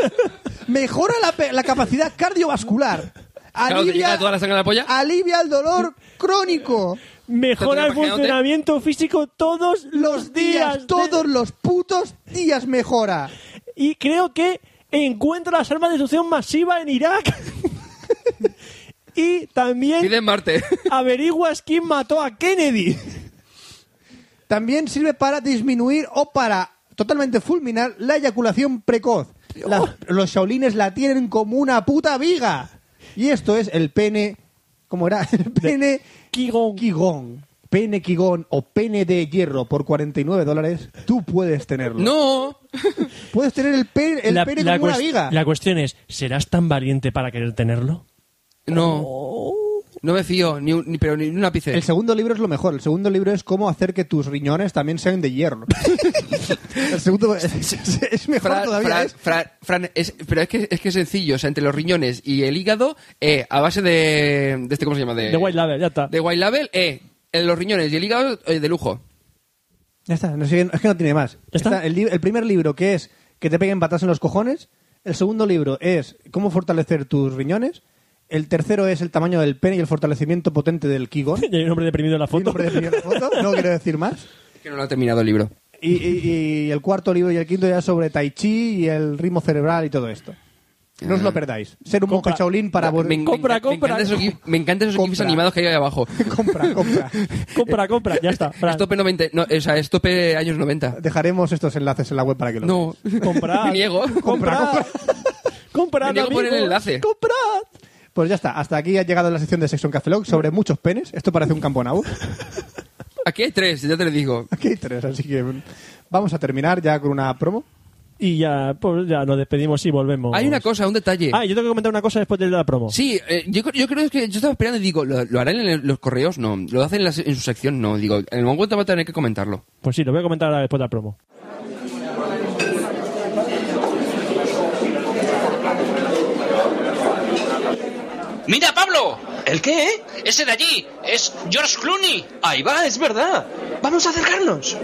Mejora la capacidad cardiovascular. Claro, ¿te llega toda la sangre a la polla? Alivia el dolor crónico. Mejora el Imagínate. funcionamiento físico todos los días. Todos los putos días mejora. Y creo que encuentra las armas de destrucción masiva en Irak. Y también Pide en Marte. averiguas quién mató a Kennedy. También sirve para disminuir o para totalmente fulminar la eyaculación precoz. Los shaolines la tienen como una puta viga. Y esto es el pene... ¿Cómo era? El pene Qigong. Qigong. pene Kigón o pene de hierro por $49, tú puedes tenerlo. ¡No! Puedes tener el pene como una viga. La cuestión es, ¿serás tan valiente para querer tenerlo? No. No me fío, pero ni un ápice. El segundo libro es lo mejor. El segundo libro es cómo hacer que tus riñones también sean de hierro. El segundo es mejor todavía. Fran, pero es que es sencillo. O sea, entre los riñones y el hígado, a base de este, ¿cómo se llama? De White Label, ya está. De White Label, en los riñones y el hígado, de lujo. Ya está. Es que no tiene más. ¿Está? El primer libro, que es que te peguen patas en los cojones. El segundo libro es cómo fortalecer tus riñones. El tercero es el tamaño del pene y el fortalecimiento potente del Kigón. Y hay un hombre deprimido en la foto. No quiero decir más. Es que no lo ha terminado el libro. Y el cuarto libro y el quinto ya sobre Tai Chi y el ritmo cerebral y todo esto. No os lo perdáis. Ser un monje Shaolin para... Me encantan esos GIFs animados que hay ahí abajo. Compra. Ya está. Es tope años 90. Dejaremos estos enlaces en la web para que lo No. Comprad. Me niego. Comprad. Comprad, Me niego a poner el amigos. enlace. Comprad. Pues ya está. Hasta aquí ha llegado la sección de Sexo en Café Lock sobre muchos penes. Esto parece un campo nabo. Aquí hay 3, ya te lo digo. Aquí hay 3, así que vamos a terminar ya con una promo. Y ya, pues ya nos despedimos y volvemos. Hay una cosa, un detalle. Yo tengo que comentar una cosa después de la promo. Sí, yo creo que yo estaba esperando y digo, ¿lo harán en los correos? No. ¿Lo hacen en su sección? No. Digo, en el momento va a tener que comentarlo. Pues sí, lo voy a comentar ahora después de la promo. ¡Mira, Pablo! ¿El qué? Ese de allí es George Clooney. Ahí va, es verdad. Vamos a acercarnos.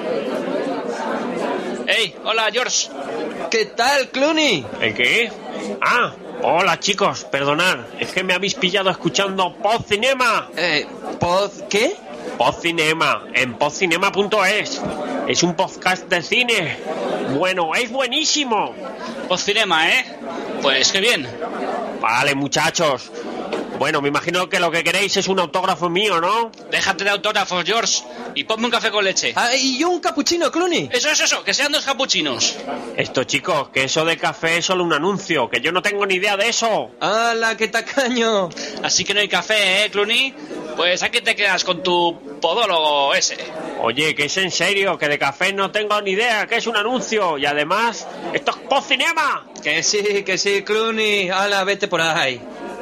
¡Hey! Hola, George. ¿Qué tal, Clooney? ¿El qué? Ah, hola chicos, perdonad. Es que me habéis pillado escuchando Podcinema. ¿Pod qué? Podcinema, en podcinema.es. Es un podcast de cine. Bueno, es buenísimo. Podcinema, ¿eh? Pues qué bien. Vale, muchachos. Bueno, me imagino que lo que queréis es un autógrafo mío, ¿no? Déjate de autógrafos, George. Y ponme un café con leche. Ah, y yo un capuchino, Clooney. Eso, que sean 2 capuchinos. Esto, chicos, que eso de café es solo un anuncio, que yo no tengo ni idea de eso. ¡Hala, qué tacaño! Así que no hay café, ¿eh, Clooney? Pues aquí te quedas con tu podólogo ese. Oye, que es en serio, que de café no tengo ni idea, que es un anuncio. Y además, esto es Podcinema. Que sí, Clooney. ¡Hala, vete por ahí!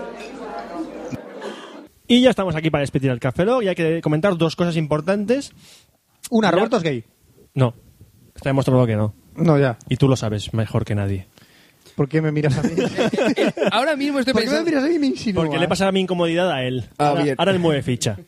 Y ya estamos aquí para despedir el Café Lock y hay que comentar 2 cosas importantes. Una, Roberto es gay. No, está demostrado que no. No, ya. Y tú lo sabes mejor que nadie. ¿Por qué me miras a mí? Ahora mismo estoy ¿Por qué me pensando... miras a mí y me insinúas? Porque le pasa mi incomodidad a él. Bien. Ahora él mueve ficha.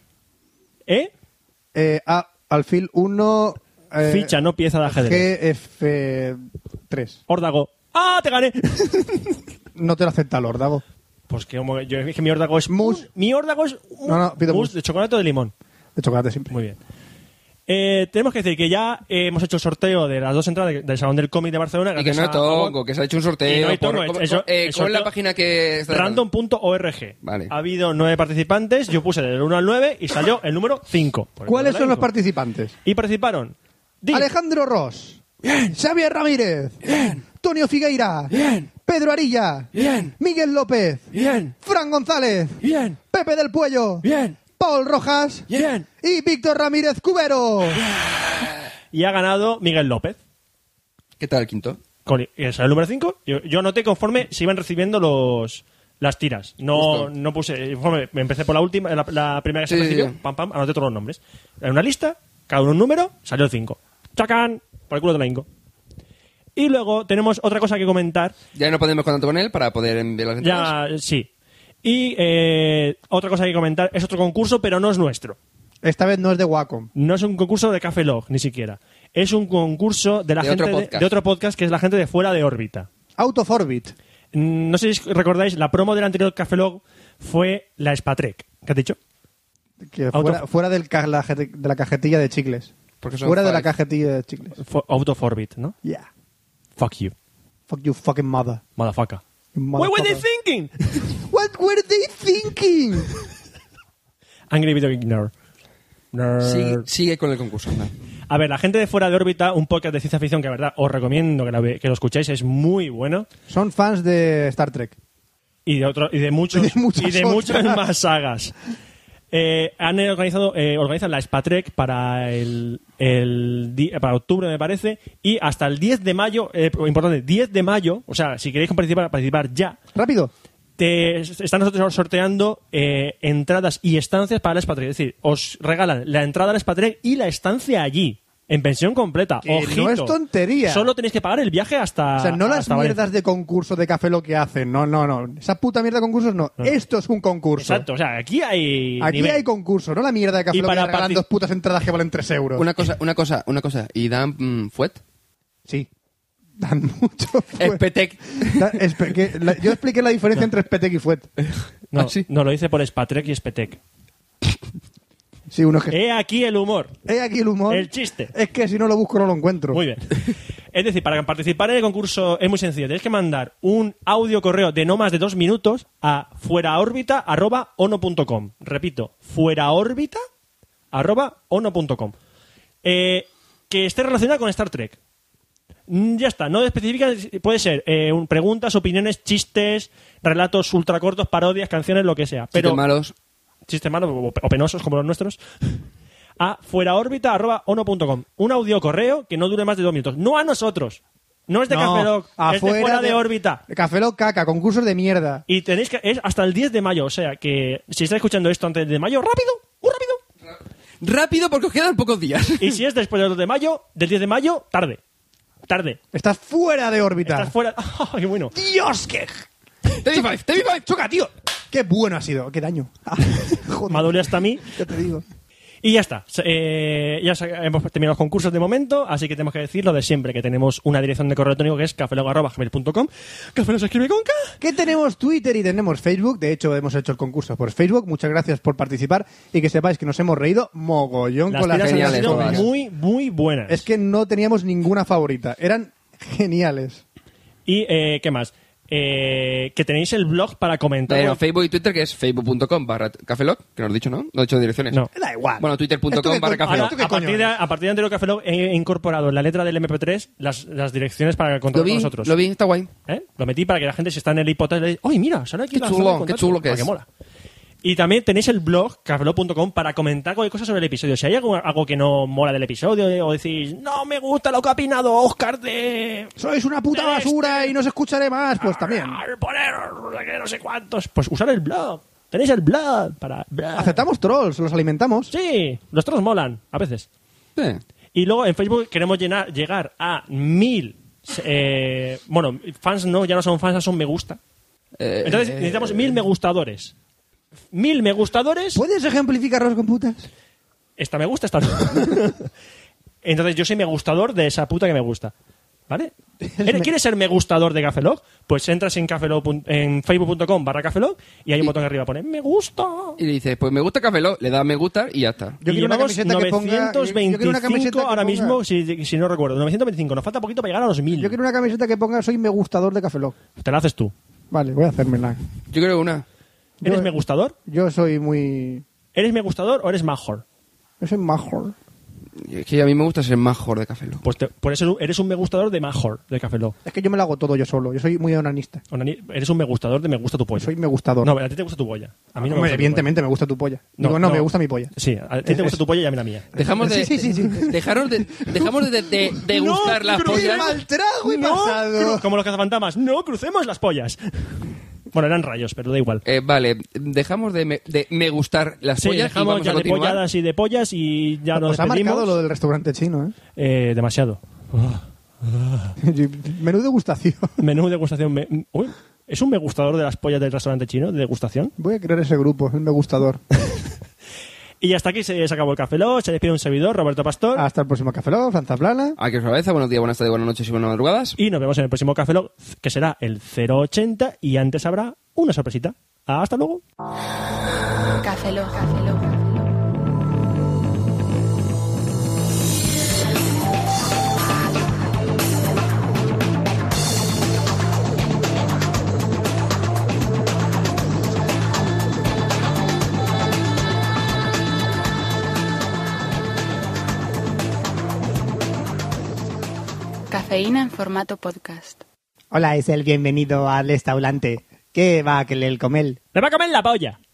Alfil 1... Ficha, no pieza de ajedrez. GF3. Órdago. ¡Ah, te gané! No te lo acepta el órdago. Pues que como yo es que mi órdago es mousse. Mi órdago es pido mousse de chocolate o de limón. De chocolate siempre. Muy bien. Tenemos que decir que ya hemos hecho el sorteo de las 2 entradas del Salón del Cómic de Barcelona. Y que no hay tongo, que se ha hecho un sorteo. Y no hay tongo, ¿Cuál el es sorteo- la página que está Random.org. Vale. Ha habido 9 participantes, yo puse del 1 al 9 y salió el número 5. ¿Cuáles son los participantes? Y participaron Alejandro Ross. Bien. Xavier Ramírez. Bien. Tonio Figueira. Bien. Pedro Arilla. Bien. Miguel López. Bien. Fran González. Bien. Pepe del Puello. Bien. Paul Rojas. Bien. Y Víctor Ramírez Cubero. y ha ganado Miguel López. ¿Qué tal el quinto? Es el número 5. Yo anoté conforme se iban recibiendo las tiras. No puse... Me empecé por la última, la primera que se recibió. Pam, pam, anoté todos los nombres. En una lista, cada uno un número, salió el 5. ¡Chacán! Por el culo de la Ingo. Y luego tenemos otra cosa que comentar. Ya no podemos contactar con él para poder enviar las entradas. Ya, sí. Y otra cosa que comentar, es otro concurso, pero no es nuestro. Esta vez no es de Wacom. No es un concurso de Café Log, ni siquiera. Es un concurso de la gente de otro podcast, que es la gente de Fuera de Órbita. Out of Orbit. No sé si recordáis, la promo del anterior Café Log fue la Spatrek. ¿Qué has dicho? Que fuera de la cajetilla de chicles. Fuera de la cajetilla de chicles. Out of Orbit, ¿no? Yeah. Fuck you. Fuck you fucking mother. Motherfucker. What were they thinking? What were they thinking? Angry Video Geek Nerd. Sigue con el concurso. No. A ver, la gente de Fuera de Órbita, un podcast de ciencia ficción que, de verdad, os recomiendo que lo escuchéis, es muy bueno. Son fans de Star Trek. Y de muchas más sagas. organizan la Spatrek para para octubre, me parece, y hasta el 10 de mayo, importante, 10 de mayo, o sea, si queréis participar ya. Rápido. Están nosotros sorteando entradas y estancias para la Spatrek. Es decir, os regalan la entrada a la Spatrek y la estancia allí. En pensión completa. Que ojito. no es tontería. Solo tenéis que pagar el viaje hasta. O sea, no las hasta mierdas Valencia. de concurso de Café Lock que hacen. No. Esa puta mierda de concursos no. Esto es un concurso. Exacto, o sea, aquí hay. Aquí nivel. hay concurso, no la mierda de Café Y Lock que para regalan 2 putas entradas que valen 3 euros. Una cosa. ¿Y dan fuet? Sí. Dan mucho fuet. Espetec. Yo expliqué la diferencia entre Spetec y fuet. No, ¿Ah, sí? no, lo dice por Spatrek y Spetec. Sí, uno que... He aquí el humor. aquí el humor. El chiste. Es que si no lo busco no lo encuentro. Muy bien. Es decir, para participar en el concurso es muy sencillo. Tenéis que mandar un audio correo de no más de 2 minutos a fueraorbita@ono.com. Repito, fueraorbita@ono.com. Que esté relacionada con Star Trek. Ya está, no especifica, puede ser preguntas, opiniones, chistes, relatos ultracortos, parodias, canciones, lo que sea. Pero Chistes chistes malos. malos o penosos como los nuestros. A fueraorbita@ono.com. Un audio correo que no dure más de 2 minutos. No a nosotros. No es de Café Lock, es de fuera de órbita. Café Lock caca, concursos de mierda. Y tenéis que es hasta el 10 de mayo, o sea que si estáis escuchando esto antes de mayo, rápido, muy rápido. Rápido porque os quedan pocos días. Y si es después del 2 de mayo, del 10 de mayo, tarde. Estás fuera de órbita. Estás fuera. ¡Qué bueno! ¡Dios, qué! TV5, choca, tío. Qué bueno ha sido, qué daño. Joder. Me ha dolido hasta a mí. Ya te digo. Y ya está. Hemos terminado los concursos de momento, así que tenemos que decir lo de siempre, que tenemos una dirección de correo electrónico que es cafelog@gmail.com. Cafelog se escribe con K. Que tenemos Twitter y tenemos Facebook. De hecho, hemos hecho el concurso por Facebook. Muchas gracias por participar y que sepáis que nos hemos reído mogollón con las tiras han sido todas. muy, muy buenas. Es que no teníamos ninguna favorita. Eran geniales. Y, ¿qué más? Que tenéis el blog para comentar. Bueno, Facebook y Twitter, que es facebook.com/cafelog, que no has dicho, ¿no? No he dicho direcciones. No. Da igual. Bueno, twitter.com/cafelog. A partir de lo que Cafelog he incorporado en la letra del MP3 las direcciones para contactar con nosotros. Lo vi, está guay. Lo metí para que la gente, si está en el iPod, le diga, ¡ay, mira! Sale aquí Qué la chulo, zona de contacto". qué chulo que Para es. mola. Y también tenéis el blog, cafelog.com, para comentar cualquier cosa sobre el episodio. Si hay algo que no mola del episodio, o decís, no me gusta lo que ha opinado Óscar de... Sois una puta basura y no os escucharé más, pues también. Poner no sé cuántos. Pues usar el blog. Tenéis el blog para... Aceptamos trolls, los alimentamos. Sí, los trolls molan, a veces. Sí. Y luego en Facebook queremos llegar a 1000... bueno, fans no, ya no son fans, son me gusta. Entonces necesitamos 1000 me gustadores. 1000 me gustadores. ¿Puedes ejemplificarlos con putas? Esta me gusta, esta no. Entonces yo soy me gustador de esa puta que me gusta. ¿Vale? ¿Quieres ser me gustador de Cafelog? Pues entras en facebook.com/cafelog y hay un botón arriba pone me gusta. Y le dices, pues me gusta Cafelog, le das me gusta y ya está. Yo y quiero una llevamos camiseta que ponga- 925 yo quiero una camiseta que ahora ponga- mismo, si no recuerdo. 925, nos falta poquito para llegar a los 1000. Yo quiero una camiseta que ponga soy me gustador de Café Lock. Te la haces tú. Vale, voy a hacérmela. Yo creo una. ¿Eres me gustador? Yo soy muy... ¿Eres me gustador o eres major? Yo soy mejor. Es que a mí me gusta ser mejor de Cafelog. Pues por eso eres un me gustador de major de Café Lock. Es que yo me lo hago todo yo solo. Yo soy muy onanista. Eres un me gustador de me gusta tu polla. Soy me gustador. No, a ti te gusta tu polla. A mí no me Hombre, gusta tu evidentemente me gusta tu polla. No, Digo, no. me gusta mi polla. polla. Sí, a ti te gusta tu polla y a mí la mía. Dejamos de, Sí. dejamos de gustar las pollas. mal trago he pasado. Como los cazafantasmas. No crucemos las pollas. Bueno, eran rayos, pero da igual. Vale, dejamos de me gustar las Sí, pollas y dejamos vamos ya a de continuar. polladas y de pollas y ya nos Os ha despedimos. marcado lo del restaurante chino, Demasiado. Menú degustación. Menú degustación. Uy, ¿es un me gustador de las pollas del restaurante chino de degustación? Voy a crear ese grupo, el me gustador. Y hasta aquí se acabó el Café Lock. Se despide un servidor, Roberto Pastor. Hasta el próximo Café Lock, Franza Plana. Aquí os cabeza, buenos días, buenas tardes, buenas noches y buenas madrugadas. Y nos vemos en el próximo Café Lock, que será el 080. Y antes habrá una sorpresita. Hasta luego. Café Lock. Cafeína en formato podcast. Hola, es el bienvenido al restaurante. ¿Qué va a querer comer? ¡Me va a comer la polla!